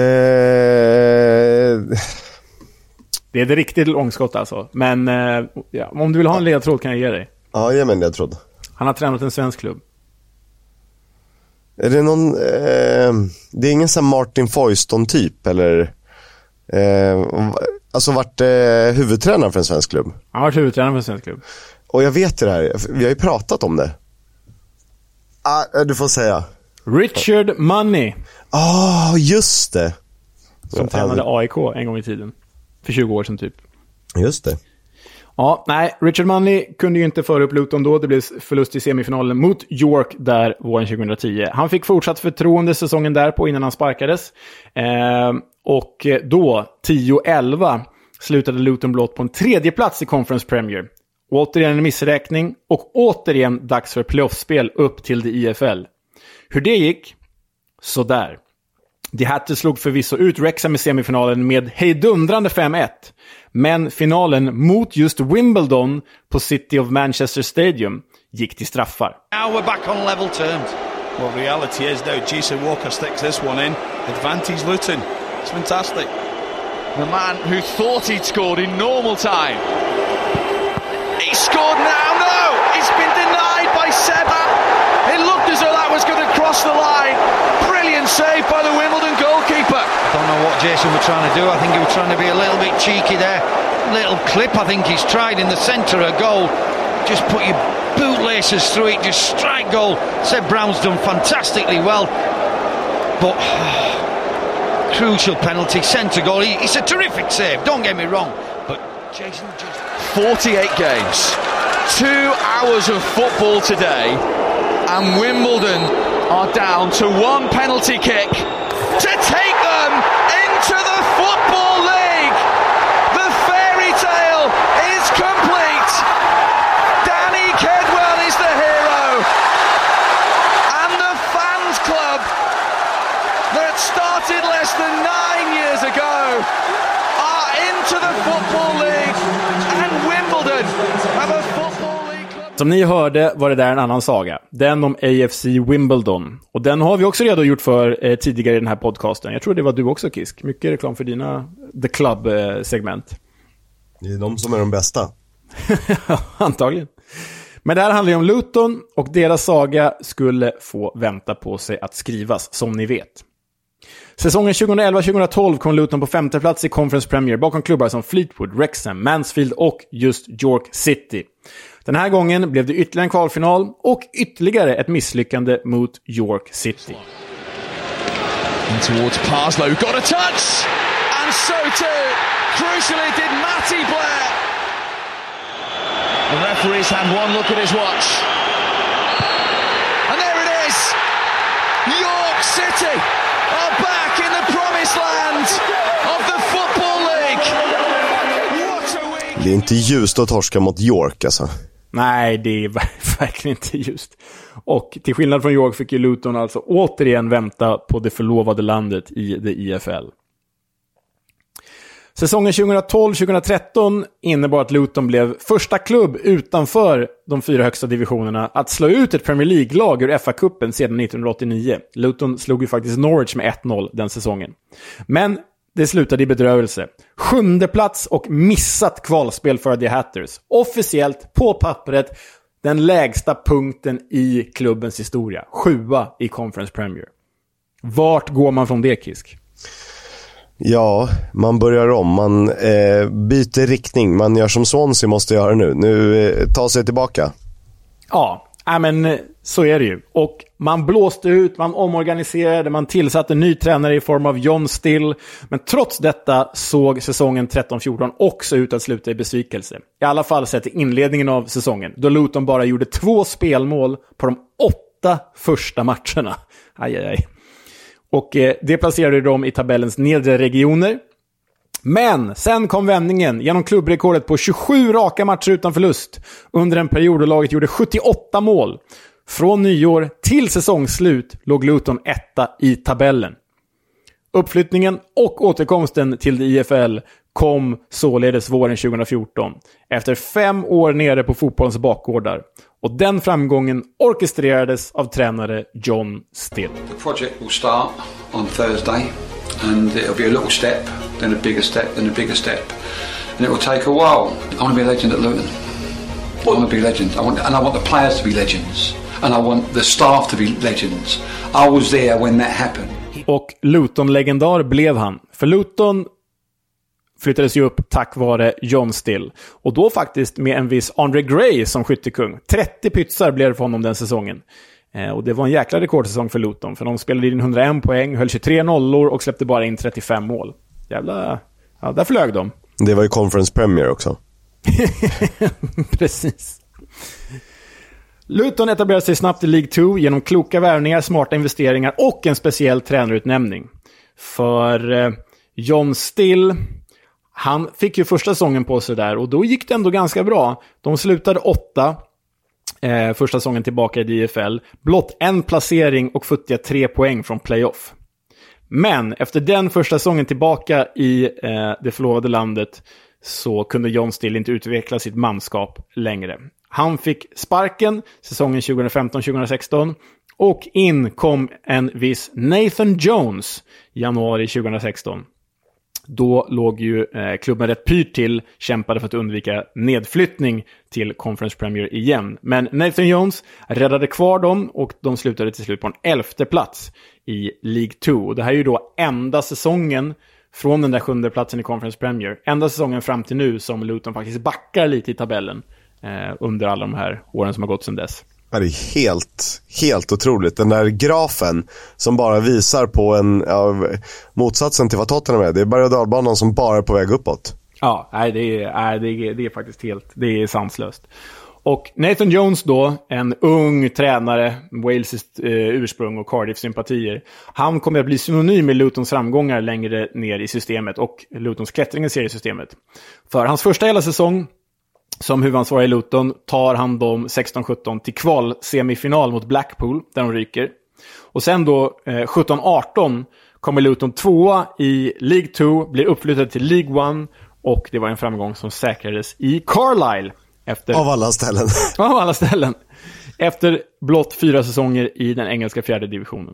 Det är ett riktigt långskott alltså. Men eh, ja, om du vill ha en ledtråd kan jag ge dig. Ja, ge mig en ledtråd. Han har tränat en svensk klubb. Är det någon... Eh, det är ingen sån Martin Foyston-typ, eller... Eh, alltså vart eh, huvudtränare för en svensk klubb? Han har varit huvudtränare för en svensk klubb. Och jag vet det här, vi har ju pratat om det. Ah, du får säga. Richard Money. Ah, oh, just det. Som tränade A I K en gång i tiden. För tjugo år sedan typ. Just det. Ja, nej, Richard Money kunde ju inte föra upp Luton då. Det blev förlust i semifinalen mot York där våren tjugohundratio. Han fick fortsatt förtroende säsongen därpå innan han sparkades. Eh, och då, tio elva, slutade Luton blott på en tredje plats i Conference Premier. Återigen en missräkning och återigen dags för playoffspel upp till det I F L. Hur det gick? Så där. The Hatters slog förvisso ut Wrexham i semifinalen med hejdundrande fem ett. Men finalen mot just Wimbledon på City of Manchester Stadium gick till straffar. Now we're back on level terms. Well, reality is now Jason Walker sticks this one in. Advantage Luton. It's fantastic. The man who thought he'd scored in normal time. He scored now. No! It's been denied by Seba. It looked as though that was going to cross the line. Brilliant save by the Wimbledon goalkeeper. I don't know what Jason was trying to do. I think he was trying to be a little bit cheeky there. Little clip I think he's tried in the centre of goal. Just put your bootlaces through it. Just strike goal. Seb Brown's done fantastically well. But crucial penalty, centre goal. It's a terrific save, don't get me wrong. But Jason just... forty-eight games. Two hours of football today. And Wimbledon are down to one penalty kick to take them into the Football League. The fairy tale is complete. Danny Kedwell is the hero. And the fans club that started less than nine years ago are into the Football League. And Wimbledon have a Football League club. Som ni hörde var det där en annan saga. Den om A F C Wimbledon. Och den har vi också redan gjort för eh, tidigare i den här podcasten. Jag tror det var du också, Kisk. Mycket reklam för dina The Club-segment. Eh, det är de som är de bästa. Antagligen. Men det här handlar ju om Luton och deras saga skulle få vänta på sig att skrivas, som ni vet. Säsongen tjugoelva tjugotolv kom Luton på femte plats i Conference Premier bakom klubbar som Fleetwood, Wrexham, Mansfield och just York City. Den här gången blev det ytterligare en kvalfinal och ytterligare ett misslyckande mot York City. In towards Parslow, got a touch! And so too, crucially did Matty Blair. The referee's had one look at his watch. And there it is! York City are back in the promised land of the Football League. What a week! Det är inte ljust att torska mot York alltså. Nej, det är verkligen inte just. Och till skillnad från York fick ju Luton alltså återigen vänta på det förlovade landet i det I F L. Säsongen tjugotolv tjugotretton innebar att Luton blev första klubb utanför de fyra högsta divisionerna att slå ut ett Premier League-lag ur F A-cupen sedan nittonhundraåttionio. Luton slog ju faktiskt Norwich med ett noll den säsongen. Men det slutade i bedrövelse. Sjunde plats och missat kvalspel för The Hatters. Officiellt, på pappret, den lägsta punkten i klubbens historia. Sjua i Conference Premier. Vart går man från det, Kisk? Ja, man börjar om. Man eh, byter riktning. Man gör som Swansea måste göra nu. Nu eh, ta sig tillbaka. Ja, äh, men så är det ju. Och man blåste ut, man omorganiserade, man tillsatte en ny tränare i form av John Still. Men trots detta såg säsongen tretton fjorton också ut att sluta i besvikelse. I alla fall sett i inledningen av säsongen, då Luton bara gjorde två spelmål på de åtta första matcherna. Aj, aj, aj. Och eh, det placerade dem i tabellens nedre regioner. Men sen kom vändningen genom klubbrekordet på tjugosju raka matcher utan förlust under en period då laget gjorde sjuttioåtta mål. Från nyår till säsongsslut låg Luton etta i tabellen. Uppflyttningen och återkomsten till det I F L kom således våren tjugofjorton. Efter fem år nere på fotbollens bakgårdar. Och den framgången orkestrerades av tränare John Still. The project will start on Thursday and it'll be a little step, then a bigger step, then a bigger step. And it will take a while. I want to be a legend at Luton. I want to be a legend. I want, and I want the players to be legends. And I want the staff to be legends. I was there when that happened. Och Luton-legendar blev han. För Luton flyttades ju upp tack vare John Still. Och då faktiskt med en viss Andre Gray som skyttekung. trettio pytsar blev det för honom den säsongen. Eh, och det var en jäkla rekordsäsong för Luton. För de spelade in hundraen poäng, höll tjugotre nollor och släppte bara in trettiofem mål. Jävla... Ja, där flög de. Det var ju Conference Premier också. Precis. Luton etablerade sig snabbt i League två genom kloka värvningar, smarta investeringar och en speciell tränarutnämning. För eh, John Still, han fick ju första säsongen på sig där och då gick det ändå ganska bra. De slutade åtta eh, första säsongen tillbaka i D F L. Blott en placering och futtiga tre poäng från playoff. Men efter den första säsongen tillbaka i eh, det förlovade landet så kunde John Still inte utveckla sitt manskap längre. Han fick sparken säsongen tjugo femton tjugo sexton och in kom en viss Nathan Jones i januari tjugo sexton. Då låg ju eh, klubben rätt pyrt till, kämpade för att undvika nedflyttning till Conference Premier igen. Men Nathan Jones räddade kvar dem och de slutade till slut på en elfte plats i League två. Det här är ju då enda säsongen från den där sjunde platsen i Conference Premier. Enda säsongen fram till nu som Luton faktiskt backar lite i tabellen eh, under alla de här åren som har gått sedan dess. Ja, det är helt, helt otroligt. Den där grafen som bara visar på en ja, motsatsen till vad Tottenham är. Det är berg- och dalbanan som bara är på väg uppåt. Ja, nej, det, är, nej, det, är, det är faktiskt helt, det är sanslöst. Och Nathan Jones då, en ung tränare, walesiskt eh, ursprung och Cardiff-sympatier. Han kommer att bli synonym med Lutons framgångar längre ner i systemet och Lutons klättring i seriesystemet. För hans första hela säsong som huvudansvarig i Luton tar han dem sexton sjutton till kval semifinal mot Blackpool där de ryker. Och sen då eh, sjutton arton kommer Luton tvåa i League två, blir uppflyttad till League ett och det var en framgång som säkrades i Carlisle. Efter, av alla ställen. Av alla ställen. Efter blott fyra säsonger i den engelska fjärde divisionen.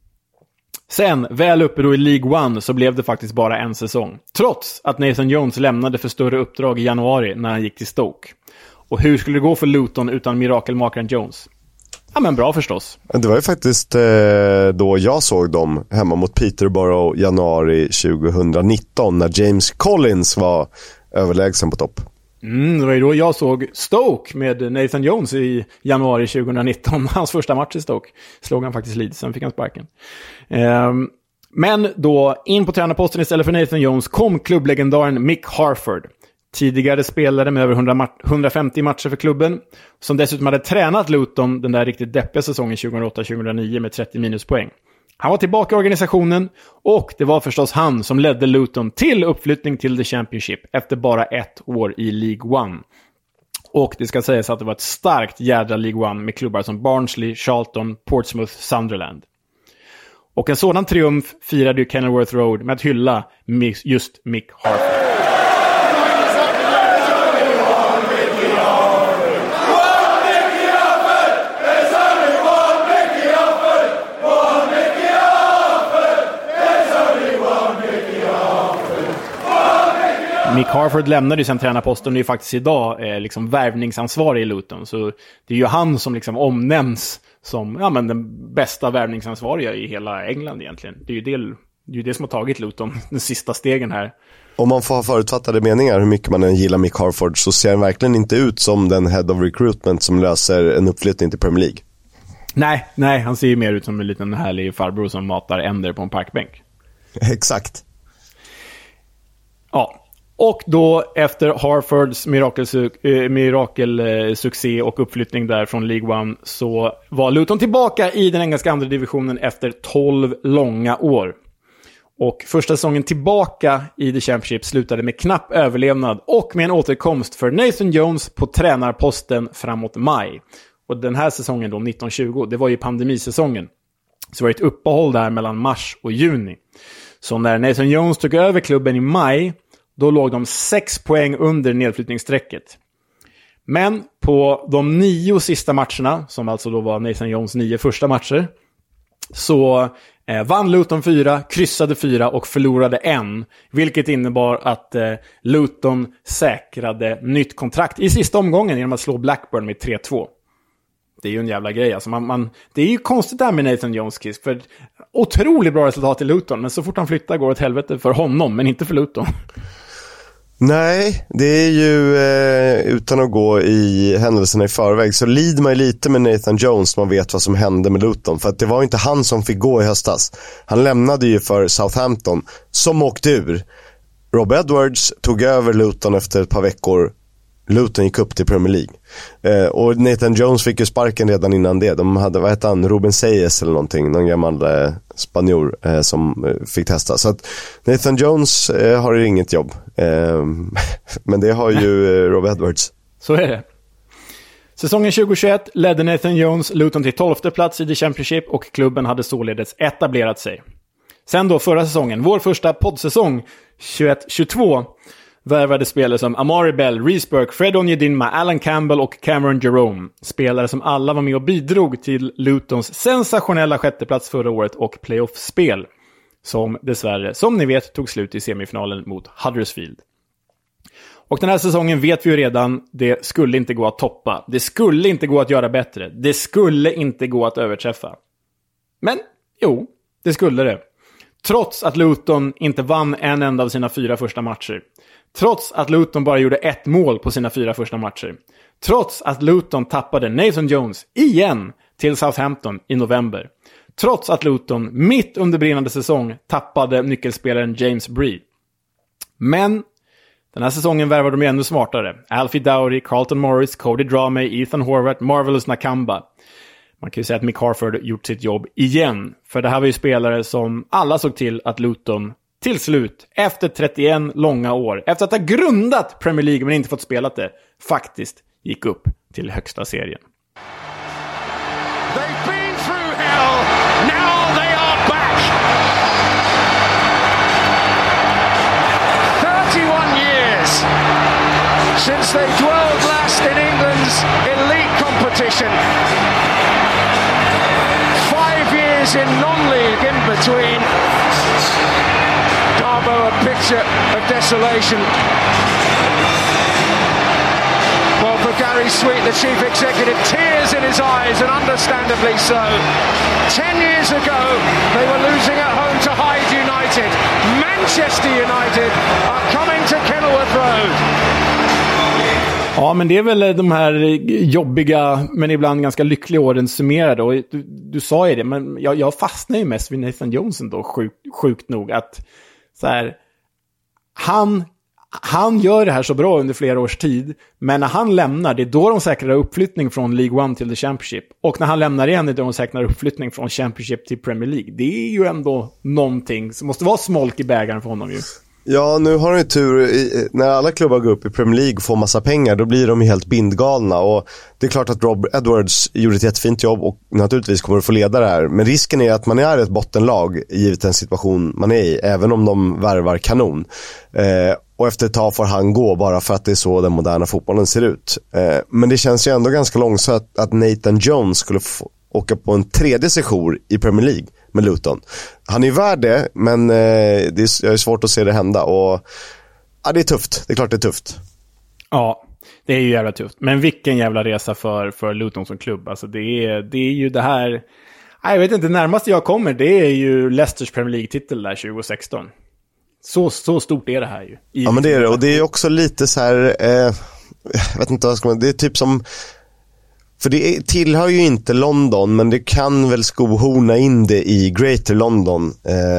Sen, väl uppe då i League ett så blev det faktiskt bara en säsong. Trots att Nathan Jones lämnade för större uppdrag i januari när han gick till Stoke. Och hur skulle det gå för Luton utan mirakelmakaren Jones? Ja, men bra förstås. Det var ju faktiskt eh, då jag såg dem hemma mot Peterborough januari tjugonitton när James Collins var överlägsen på topp. Mm, det var ju då jag såg Stoke med Nathan Jones i januari tjugonitton. Hans första match i Stoke slog han faktiskt Leeds, sen fick han sparken. Um, men då in på tränarposten istället för Nathan Jones kom klubblegendaren Mick Harford. Tidigare spelare med över hundra, hundrafemtio matcher för klubben. Som dessutom hade tränat Luton den där riktigt deppiga säsongen tjugohundraåtta tjugohundranio med trettio minuspoäng. Han var tillbaka i organisationen och det var förstås han som ledde Luton till uppflyttning till The Championship efter bara ett år i League ett. Och det ska sägas att det var ett starkt jädra League ett med klubbar som Barnsley, Charlton, Portsmouth, Sunderland. Och en sådan triumf firade ju Kenilworth Road med att hylla just Mick Harford. Mick Harford lämnade ju sen tränarposten och är ju faktiskt idag eh, liksom värvningsansvarig i Luton. Så det är ju han som liksom omnämns som ja, men den bästa värvningsansvariga i hela England egentligen. Det är ju det, det, är ju det som har tagit Luton den sista stegen här. Om man får ha förutfattade meningar hur mycket man än gillar Mick Harford så ser han verkligen inte ut som den head of recruitment som löser en uppflyttning till Premier League. Nej, nej, han ser ju mer ut som en liten härlig farbror som matar änder på en parkbänk. Exakt. Ja. Och då efter Harfords mirakelsuccé mirakel, och uppflyttning där från League ett så var Luton tillbaka i den engelska andra divisionen efter tolv långa år. Och första säsongen tillbaka i The Championship slutade med knapp överlevnad och med en återkomst för Nathan Jones på tränarposten framåt maj. Och den här säsongen då, nitton tjugo, det var ju pandemisäsongen. Så det var ett uppehåll där mellan mars och juni. Så när Nathan Jones tog över klubben i maj, då låg de sex poäng under nedflyttningsstrecket. Men på de nio sista matcherna, som alltså då var Nathan Jones nio första matcher, så eh, vann Luton fyra, kryssade fyra och förlorade en. Vilket innebar att eh, Luton säkrade nytt kontrakt i sista omgången genom att slå Blackburn med tre två. Det är ju en jävla grej. Alltså man, man, det är ju konstigt där med Nathan Jones, Kiss, för otroligt bra resultat i Luton, men så fort han flyttar går det åt helvete för honom, men inte för Luton. Nej, det är ju eh, utan att gå i händelserna i förväg så lider man lite med Nathan Jones när man vet vad som hände med Luton. För att det var inte han som fick gå i höstas. Han lämnade ju för Southampton som åkte ur. Rob Edwards tog över Luton efter ett par veckor Luton gick upp till Premier League. Eh, och Nathan Jones fick ju sparken redan innan det. De hade, vad heter han, Ruben Sayes eller någonting, någon gammal eh, spanjor eh, som eh, fick testa. Så att Nathan Jones eh, har ju inget jobb. Eh, men det har ju eh, Rob Edwards. Så är det. Säsongen tjugo tjugoett ledde Nathan Jones Luton till tolfte plats i The Championship och klubben hade således etablerat sig. Sen då förra säsongen, vår första poddsäsong tjugoett tjugotvå, värvade spelare som Amari Bell, Reece Burke, Fred Onyedinma, Alan Campbell och Cameron Jerome. Spelare som alla var med och bidrog till Lutons sensationella sjätteplats förra året och playoff-spel. Som dessvärre, som ni vet, tog slut i semifinalen mot Huddersfield. Och den här säsongen vet vi ju redan, det skulle inte gå att toppa. Det skulle inte gå att göra bättre. Det skulle inte gå att överträffa. Men, jo, det skulle det. Trots att Luton inte vann en enda av sina fyra första matcher. Trots att Luton bara gjorde ett mål på sina fyra första matcher. Trots att Luton tappade Nathan Jones igen till Southampton i november. Trots att Luton mitt under brinnande säsong tappade nyckelspelaren James Bree. Men den här säsongen värvade de ännu smartare. Alfie Dowry, Carlton Morris, Cody Drameh, Ethan Horvath, Marvelous Nakamba. Man kan ju säga att Mick Harford gjort sitt jobb igen. För det här var ju spelare som alla såg till att Luton till slut, efter trettioen långa år, efter att ha grundat Premier League men inte fått spela det, faktiskt gick upp till högsta serien. They've been through hell, now they are back. thirty-one years since they dwelled last in England's elite competition. Five years in non-league in between. Darbo, a picture of desolation. Well, for Gary Sweet, the chief executive, tears in his eyes, and understandably so. Ten years ago, they were losing at home to Hyde United. Manchester United are coming to Kenilworth Road. Ja, men det är väl de här jobbiga men ibland ganska lyckliga åren summerade. Och du, du sa ju det, men jag, jag fastnar ju mest vid Nathan Jones då, sjuk, sjukt nog. Att så här, han, han gör det här så bra under flera års tid, men när han lämnar, det är då de säkrar uppflyttning från League One till The Championship. Och när han lämnar igen, det är då de säkrar uppflyttning från Championship till Premier League. Det är ju ändå någonting som måste vara smolk i bägaren för honom ju. Ja, nu har de ju tur, i, när alla klubbar går upp i Premier League och får massa pengar, då blir de helt bindgalna. Och det är klart att Rob Edwards gjorde ett jättefint jobb och naturligtvis kommer att få leda det här. Men risken är att man är ett bottenlag givet den situation man är i, även om de värvar kanon. Eh, och efter ett tag får han gå bara för att det är så den moderna fotbollen ser ut. Eh, men det känns ju ändå ganska långsamt att, att Nathan Jones skulle få åka på en tredje session i Premier League med Luton. Han är värd det, men eh, det är, är svårt att se det hända. Och ja, det är tufft. Det är klart det är tufft. Ja, det är ju jävla tufft. Men vilken jävla resa för, för Luton som klubb. Alltså det är, det är ju det här... Jag vet inte, närmast jag kommer, det är ju Leicesters Premier League-titel där tjugo sexton. Så, så stort är det här ju. Ja, men det är det. Och det är också lite så här... Eh, jag vet inte vad ska man... Det är typ som... För det tillhör ju inte London, men det kan väl skohorna in det i Greater London.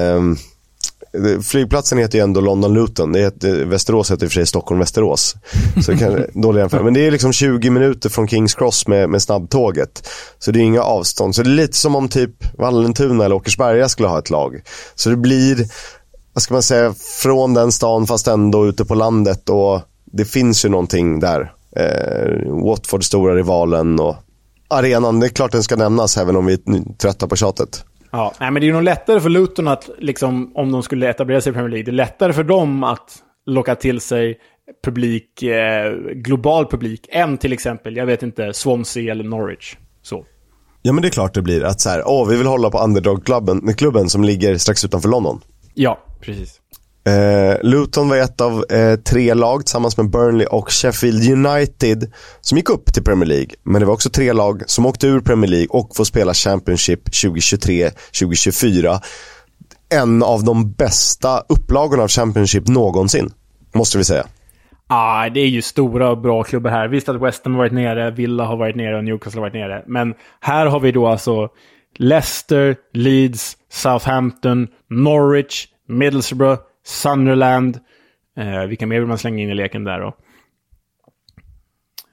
Eh, flygplatsen heter ju ändå London Luton. Det heter, Västerås heter i och för sig Stockholm Västerås. Så det kan dålig jämförelse. Men det är liksom tjugo minuter från Kings Cross med, med snabbtåget. Så det är inga avstånd. Så det är lite som om typ Vallentuna eller Åkersberga skulle ha ett lag. Så det blir, vad ska man säga, från den stan fast ändå ute på landet. Och det finns ju någonting där. Eh, Watford, stora rivalen, och arenan, det är klart den ska nämnas även om vi är trötta på tjatet. Ja, nej, men det är ju nog lättare för Luton att liksom, om de skulle etablera sig i Premier League, det är lättare för dem att locka till sig publik, eh, global publik, än till exempel, jag vet inte, Swansea eller Norwich. Så. Ja, men det är klart det blir att så här, åh, vi vill hålla på underdog-klubben klubben som ligger strax utanför London. Ja, precis. Eh, Luton var ett av eh, tre lag tillsammans med Burnley och Sheffield United som gick upp till Premier League. Men det var också tre lag som åkte ur Premier League och får spela Championship tjugo tjugotre tjugo tjugofyra. En av de bästa upplagorna av Championship någonsin, måste vi säga. Ah, det är ju stora och bra klubbar här. Visst att West Ham har varit nere, Villa har varit nere och Newcastle har varit nere. Men här har vi då alltså Leicester, Leeds, Southampton, Norwich, Middlesbrough, Sunderland. Eh, vilka mer vill man slänga in i leken där då?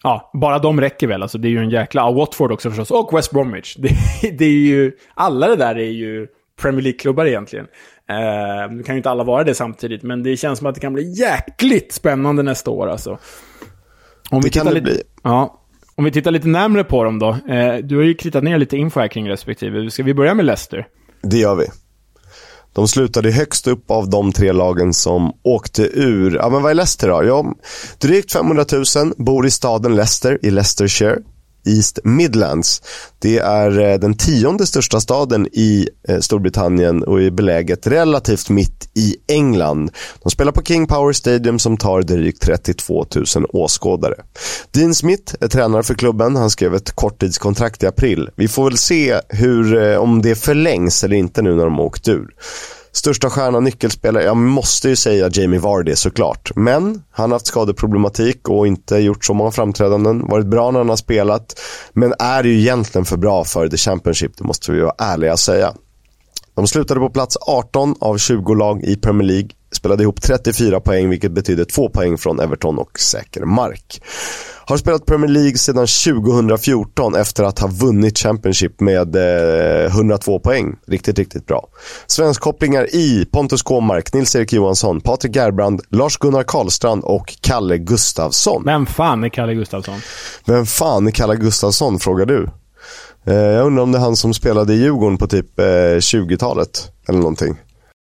ja, bara de räcker väl. Alltså, det är ju en jäkla... Ja, Watford också förstås. Och West Bromwich. Det, det är ju... Alla det där är ju Premier League-klubbar egentligen. Eh, nu kan ju inte alla vara det samtidigt, men det känns som att det kan bli jäkligt spännande nästa år. Alltså. Om vi det kan det lite, bli. Ja, om vi tittar lite närmare på dem då. Eh, du har ju kritat ner lite info här kring respektive. Ska vi börja med Leicester? Det gör vi. De slutade högst upp av de tre lagen som åkte ur. Ja, men vad är Leicester då? Ja, drygt femhundratusen bor i staden Leicester i Leicestershire, East Midlands. Det är den tionde största staden i Storbritannien och är beläget relativt mitt i England. De spelar på King Power Stadium som tar drygt trettiotvåtusen åskådare. Dean Smith är tränare för klubben. Han skrev ett korttidskontrakt i april. Vi får väl se hur, om det förlängs eller inte nu när de åkt ur. Största stjärna, nyckelspelare, jag måste ju säga Jamie Vardy såklart. Men han har haft skadeproblematik och inte gjort så många framträdanden. Varit bra när han har spelat. Men är ju egentligen för bra för The Championship, det måste vi vara ärliga att säga. De slutade på plats arton av tjugo lag i Premier League. Spelade ihop trettiofyra poäng, vilket betyder två poäng från Everton och säker mark. Har spelat Premier League sedan tjugohundrafjorton efter att ha vunnit Championship med eh, hundratvå poäng. Riktigt, riktigt bra. Svenskkopplingar i Pontus Kåmark, Nils-Erik Johansson, Patrik Gerbrand, Lars-Gunnar Karlstrand och Kalle Gustafsson. Vem fan är Kalle Gustafsson? Vem fan är Kalle Gustafsson, frågar du? Eh, jag undrar om det är han som spelade i Djurgården på typ eh, tjugotalet eller någonting.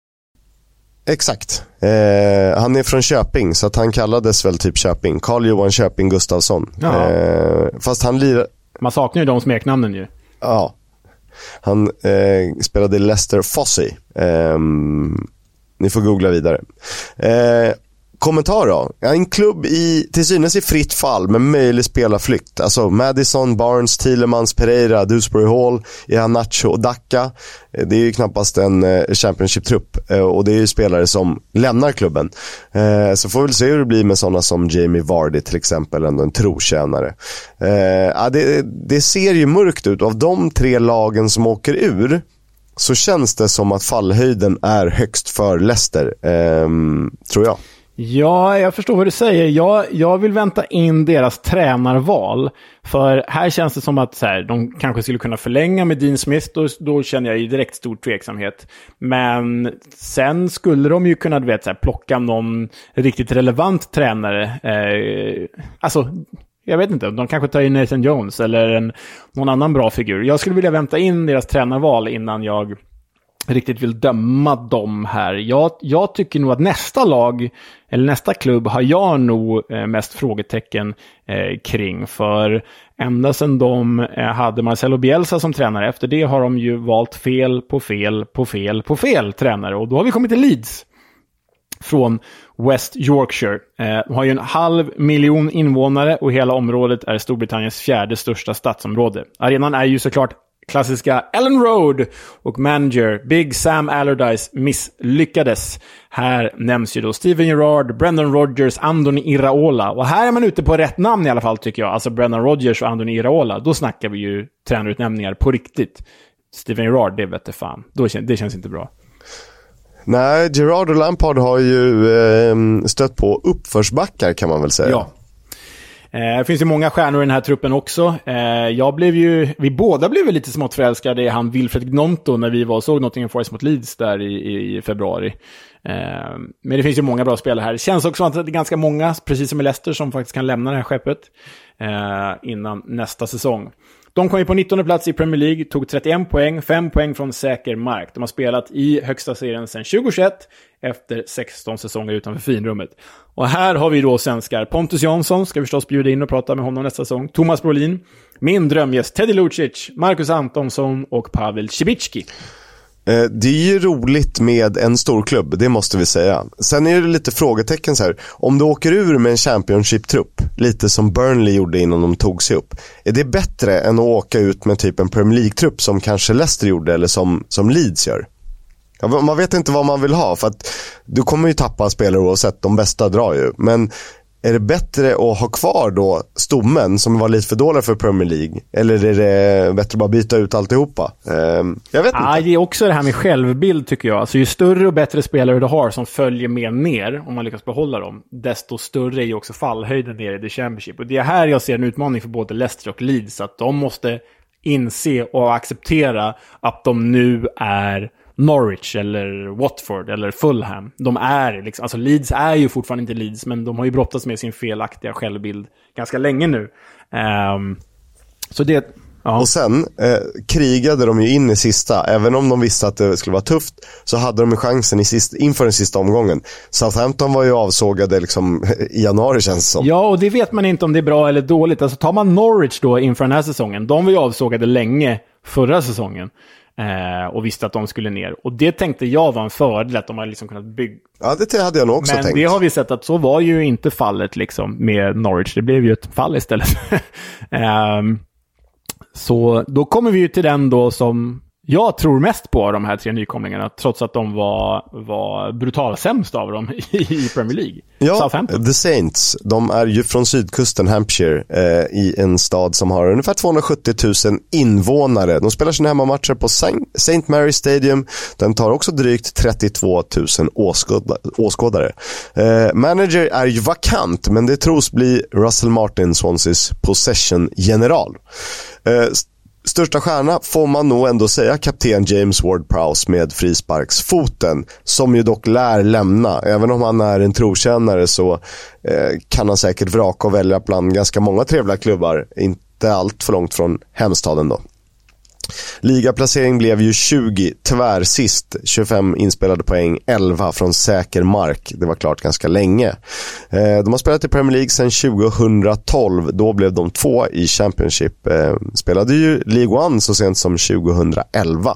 Exakt. Eh, han är från Köping, så att han kallades väl typ Köping. Carl Johan Köping Gustafsson. Eh, fast han lirar... Man saknar ju de smeknamnen ju. Ja. Han eh, spelade i Leicester Fossey. Eh, ni får googla vidare. Eh, kommentar då. Ja, en klubb i, till synes i fritt fall med möjlig spelarflykt. Alltså Madison, Barnes, Tielemans, Pereira, Dewsbury Hall, Iheanacho och Daka. Det är ju knappast en eh, Championship-trupp. Eh, och det är ju spelare som lämnar klubben. Eh, så får vi väl se hur det blir med sådana som Jamie Vardy till exempel. Ändå en trotjänare. Eh, ja, det, det ser ju mörkt ut. Av de tre lagen som åker ur så känns det som att fallhöjden är högst för Leicester. Eh, tror jag. Ja, jag förstår vad du säger. Jag, jag vill vänta in deras tränarval. För här känns det som att så här, de kanske skulle kunna förlänga med Dean Smith. Då, då känner jag ju direkt stor tveksamhet. Men sen skulle de ju kunna, du vet, så här, plocka någon riktigt relevant tränare. Eh, alltså... Jag vet inte, de kanske tar in Nathan Jones eller en, någon annan bra figur. Jag skulle vilja vänta in deras tränarval innan jag riktigt vill döma dem här. Jag, jag tycker nog att nästa lag, eller nästa klubb, har jag nog eh, mest frågetecken eh, kring. För ända sedan de eh, hade Marcelo Bielsa som tränare, efter det har de ju valt fel på fel på fel på fel tränare. Och då har vi kommit till Leeds från West Yorkshire. Eh, de har ju en halv miljon invånare och hela området är Storbritanniens fjärde största stadsområde. Arenan är ju såklart klassiska Ellen Road och manager Big Sam Allardyce misslyckades. Här nämns ju då Steven Gerrard, Brendan Rodgers, Andoni Iraola. Och här är man ute på rätt namn i alla fall, tycker jag. Alltså Brendan Rodgers och Andoni Iraola. Då snackar vi ju tränarutnämningar på riktigt. Steven Gerrard, det vet jag fan. Då, det känns inte bra. Nej, Gerrard och Lampard har ju eh, stött på uppförsbackar, kan man väl säga. Ja. Det eh, finns ju många stjärnor i den här truppen också. Eh, jag blev ju, vi båda blev lite smått förälskade i han Wilfred Gnonto när vi var och såg Nottingham Forest mot Leeds där i, i februari. Eh, men det finns ju många bra spelare här. Det känns också att det är ganska många, precis som i Leicester, som faktiskt kan lämna det här skeppet eh, innan nästa säsong. De kom ju på nittonde plats i Premier League, tog trettioen poäng, fem poäng från säker mark. De har spelat i högsta serien sedan tjugohundratjugoett efter sexton säsonger utanför finrummet. Och här har vi då svenskar. Pontus Jansson ska vi förstås bjuda in och prata med honom nästa säsong. Thomas Brolin, min drömgäst Teddy Lucic, Marcus Antonsson och Pavel Cibicki. Det är ju roligt med en stor klubb, det måste vi säga. Sen är det lite frågetecken så här. Om du åker ur med en Championship-trupp, lite som Burnley gjorde innan de tog sig upp, är det bättre än att åka ut med typ en Premier League-trupp som kanske Leicester gjorde eller som, som Leeds gör? Man vet inte vad man vill ha, för att du kommer ju tappa spelare oavsett, de bästa drar ju. Men är det bättre att ha kvar då stommen som var lite för dålig för Premier League? Eller är det bättre att bara byta ut alltihopa? Um, jag vet ah, inte. Det är också det här med självbild tycker jag. Alltså ju större och bättre spelare du har som följer med ner, om man lyckas behålla dem, desto större är ju också fallhöjden ner i The Championship. Och det är här jag ser en utmaning för både Leicester och Leeds. Att de måste inse och acceptera att de nu är Norwich eller Watford eller Fulham. De är liksom, alltså Leeds är ju fortfarande inte Leeds, men de har ju brottats med sin felaktiga självbild ganska länge nu. Um, så det... Ja. Och sen eh, krigade de ju in i sista. Även om de visste att det skulle vara tufft, så hade de chansen i sista, inför den sista omgången. Southampton var ju avsågade liksom, i januari känns som. Ja, och det vet man inte om det är bra eller dåligt. Alltså tar man Norwich då inför den här säsongen, de var ju avsågade länge förra säsongen. Eh, och visste att de skulle ner. Och det tänkte jag var en fördel, att de har liksom kunnat bygga. Ja, det hade jag nog också Men tänkt. Men det har vi sett att så var ju inte fallet liksom med Norwich. Det blev ju ett fall istället. eh, Så då kommer vi ju till den då som jag tror mest på, de här tre nykomlingarna, trots att de var, var brutalt sämst av dem i Premier League. Ja, Southampton. The Saints, de är ju från sydkusten, Hampshire, eh, i en stad som har ungefär tvåhundrasjuttio tusen invånare. De spelar sina hemmamatcher på Saint Mary Stadium. Den tar också drygt trettiotvå tusen åskådare. åskådare. Eh, manager är ju vakant, men det tros bli Russell Martin, Swanseas possession-general. Eh, Största stjärna får man nog ändå säga kapten James Ward-Prowse med frisparksfoten, som ju dock lär lämna. Även om han är en trotjänare så eh, kan han säkert vraka och välja bland ganska många trevliga klubbar. Inte allt för långt från hemstaden då. Ligaplacering blev ju tjugo, tyvärr sist, tjugofem inspelade poäng, elva från säker mark. Det var klart ganska länge. Eh, de har spelat i Premier League sedan tjugohundratolv, då blev de två i Championship. Eh, spelade ju League One så sent som tjugohundraelva.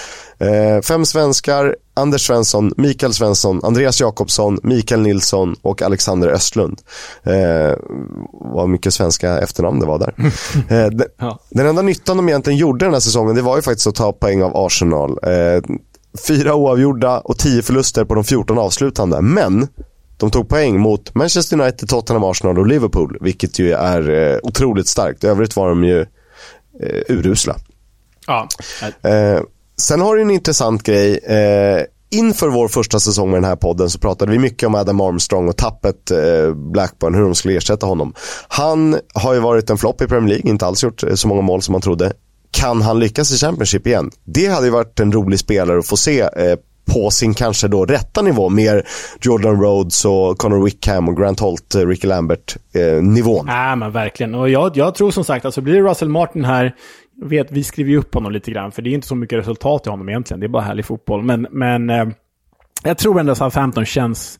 Eh, fem svenskar: Anders Svensson, Mikael Svensson, Andreas Jakobsson, Mikael Nilsson och Alexander Östlund. Eh, vad mycket svenska efternamn det var där. Eh, den, ja. den enda nyttan de egentligen gjorde den här säsongen, det var ju faktiskt att ta poäng av Arsenal. Eh, fyra oavgjorda och tio förluster på de fjorton avslutande. Men de tog poäng mot Manchester United, Tottenham, Arsenal och Liverpool, vilket ju är eh, otroligt starkt. I övrigt var de ju eh, urusla. Ja. Eh, Sen har du en intressant grej. Eh, inför vår första säsong med den här podden så pratade vi mycket om Adam Armstrong och tappet eh, Blackburn, hur de skulle ersätta honom. Han har ju varit en flopp i Premier League, inte alls gjort så många mål som man trodde. Kan han lyckas i Championship igen? Det hade ju varit en rolig spelare att få se eh, på sin kanske då rätta nivå, mer Jordan Rhodes och Connor Wickham och Grant Holt, eh, Ricky Lambert eh, nivån. Ja, men verkligen. Och jag, jag tror som sagt, alltså blir det Russell Martin här, vet, vi skriver ju upp honom lite grann, för det är inte så mycket resultat i honom egentligen, det är bara härlig fotboll, men, men eh, jag tror ändå att Southampton känns,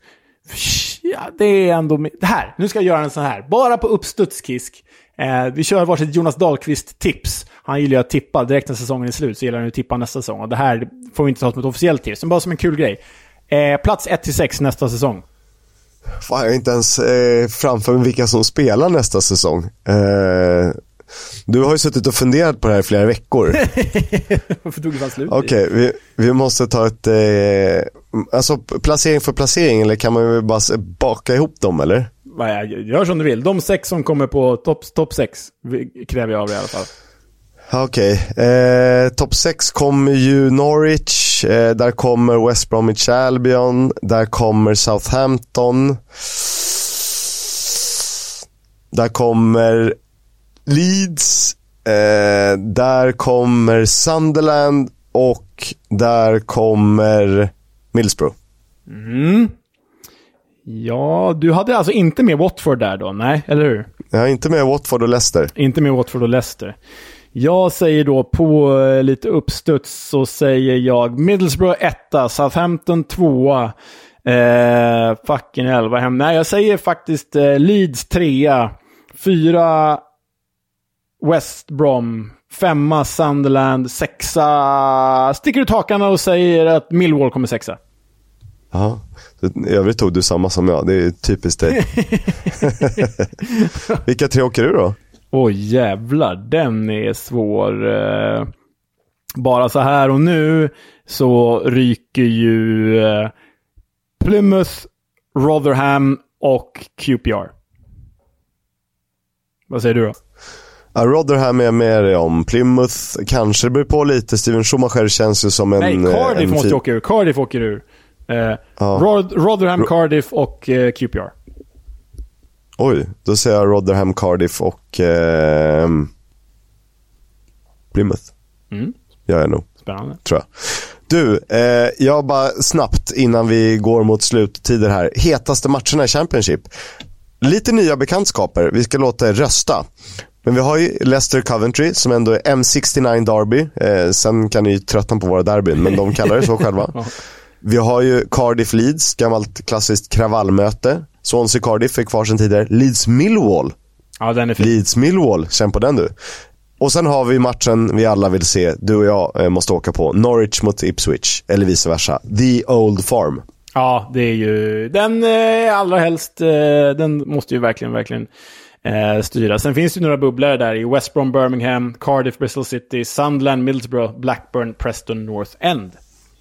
ja, det är ändå, det här, nu ska jag göra en sån här, bara på uppstudskisk. Eh, vi kör varsitt Jonas Dahlqvist-tips. Han gillar att tippa direkt när säsongen är slut, så gillar han att tippa nästa säsong, och det här får vi inte ta som ett officiellt tips, men bara som en kul grej. Eh, plats ett till sex nästa säsong. Fan, jag är inte ens eh, framför mig vilka som spelar nästa säsong. Eh... Du har ju suttit och funderat på det här i flera veckor. Varför tog det bara slut? Okej, okay, vi, vi måste ta ett eh, alltså placering för placering, eller kan man ju bara baka ihop dem, eller? Gör som du vill. De sex som kommer på topp top sex kräver jag av i alla fall. Okej, okay. eh, topp sex kommer ju Norwich, eh, där kommer West Bromwich Albion, där kommer Southampton, där kommer Leeds, eh, där kommer Sunderland och där kommer Middlesbrough. Mm. Ja, du hade alltså inte med Watford där då, nej, eller hur? Jag har inte med Watford och Leicester. Inte med Watford och Leicester. Jag säger då på lite uppstuds så säger jag Middlesbrough etta, Southampton tvåa, eh, fucking elva hem. Nej, jag säger faktiskt eh, Leeds trea, fyra West Brom, femma Sunderland, sexa sticker ut hakarna och säger att Millwall kommer sexa. Ja, i övrigt tog du samma som jag. Det är typiskt dig. Vilka tre åker du då? Åh oh, jävlar, den är svår. Bara så här och nu så ryker ju Plymouth, Rotherham och Q P R. Vad säger du då? Ja, Rotherham är med om. Plymouth kanske det beror på lite. Steven Schumacher känns ju som en... Nej, Cardiff en måste fi- åka ur. Cardiff åker ur. Eh, ja. Rod- Rotherham, Cardiff och eh, Q P R. Oj, då säger jag Rotherham, Cardiff och eh, Plymouth. Mm. Gör jag nog. Spännande. Tror jag. Du, eh, jag bara snabbt innan vi går mot sluttider här. Hetaste matcherna i Championship. Lite nya bekantskaper. Vi ska låta er rösta. Men vi har ju Leicester Coventry som ändå är M sextionio Derby. Eh, sen kan ni ju tröttna på våra derbyn, men de kallar det så själva. Vi har ju Cardiff Leeds, gammalt klassiskt kravallmöte. Swansea Cardiff är kvar sedan tidigare. Leeds Millwall. Ja, den är fin. Leeds Millwall, känn på den du. Och sen har vi matchen vi alla vill se. Du och jag eh, måste åka på. Norwich mot Ipswich, eller vice versa. The Old Farm. Ja, det är ju... Den eh, allra helst, eh, den måste ju verkligen, verkligen eh, styra. Sen finns det ju några bubblare där i West Brom, Birmingham, Cardiff, Bristol City, Sunderland, Middlesbrough, Blackburn, Preston, North End.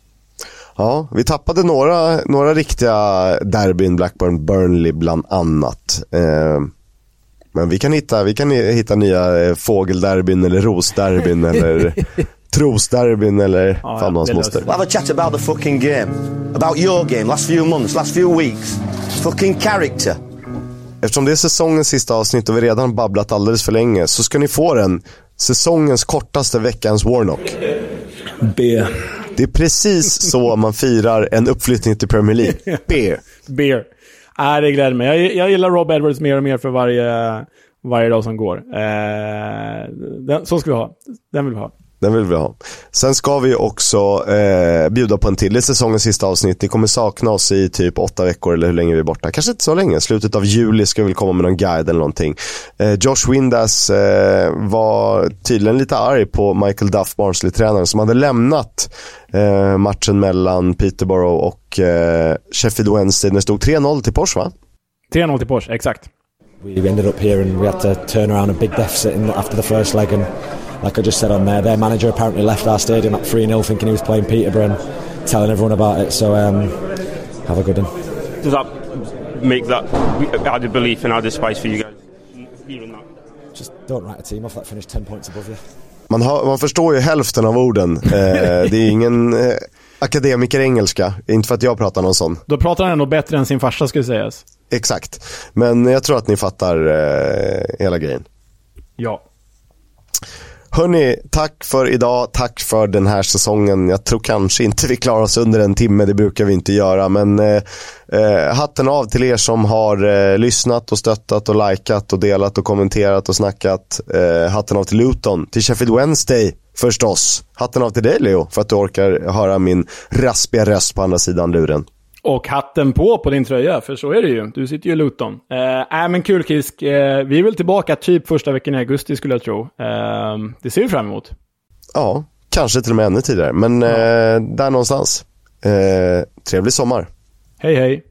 Ja, vi tappade några, några riktiga derbyn, Blackburn, Burnley bland annat. Eh, men vi kan hitta, vi kan hitta nya eh, fågelderbyn eller rosderbyn eller trosderbyn eller ja, fan hans moster. We'll have a chat about the fucking game. About your game, last few months, last few weeks. Fucking character. Eftersom det är säsongens sista avsnitt och vi redan babblat alldeles för länge, så ska ni få den säsongens kortaste veckans Warnock. Beer. Det är precis så man firar en uppflyttning till Premier League. Beer. Beer. Äh, det gläder mig. Jag, jag gillar Rob Edwards mer och mer för varje, varje dag som går. Eh, den, så ska vi ha. Den vill vi ha. Den vill vi ha. Sen ska vi också eh, bjuda på en till i säsongens sista avsnitt. Ni kommer sakna oss i typ åtta veckor eller hur länge vi är borta. Kanske inte så länge. Slutet av juli ska vi väl komma med någon guide eller någonting. Eh, Josh Windass eh, var tydligen lite arg på Michael Duff, Barnsley-tränaren, som hade lämnat eh, matchen mellan Peterborough och eh, Sheffield Wednesday när det stod tre noll till Porsche, va? tre noll till Porsche, exakt. We ended up here and we had to turn around a big deficit in, after the first leg, and like I just said on there, their manager apparently left our stadium at three nil thinking he was playing Peterborough and telling everyone about it, so um, have a good one. Does that make that added belief and added spice for you guys? Hearing that? Just don't write a team off that finished ten points above you. Man, har, man förstår ju hälften av orden. Eh, det är ingen eh, akademiker engelska, inte för att jag pratar någon sån. Då pratar han ändå bättre än sin farsa, skulle sägas. Exakt, men jag tror att ni fattar eh, hela grejen. Ja. Hörni, tack för idag, tack för den här säsongen. Jag tror kanske inte vi klarar oss under en timme, det brukar vi inte göra. Men eh, eh, hatten av till er som har eh, lyssnat och stöttat och likat och delat och kommenterat och snackat. eh, Hatten av till Luton, till Sheffield Wednesday förstås. Hatten av till dig, Leo, för att du orkar höra min raspiga röst på andra sidan luren. Och hatten på på din tröja, för så är det ju. Du sitter ju i Luton. Äh, äh men kul, Kisk. Äh, vi är väl tillbaka typ första veckan i augusti, skulle jag tro. Äh, det ser vi fram emot. Ja, kanske till och med ännu tidigare. Men ja. äh, där någonstans. Äh, trevlig sommar. Hej, hej.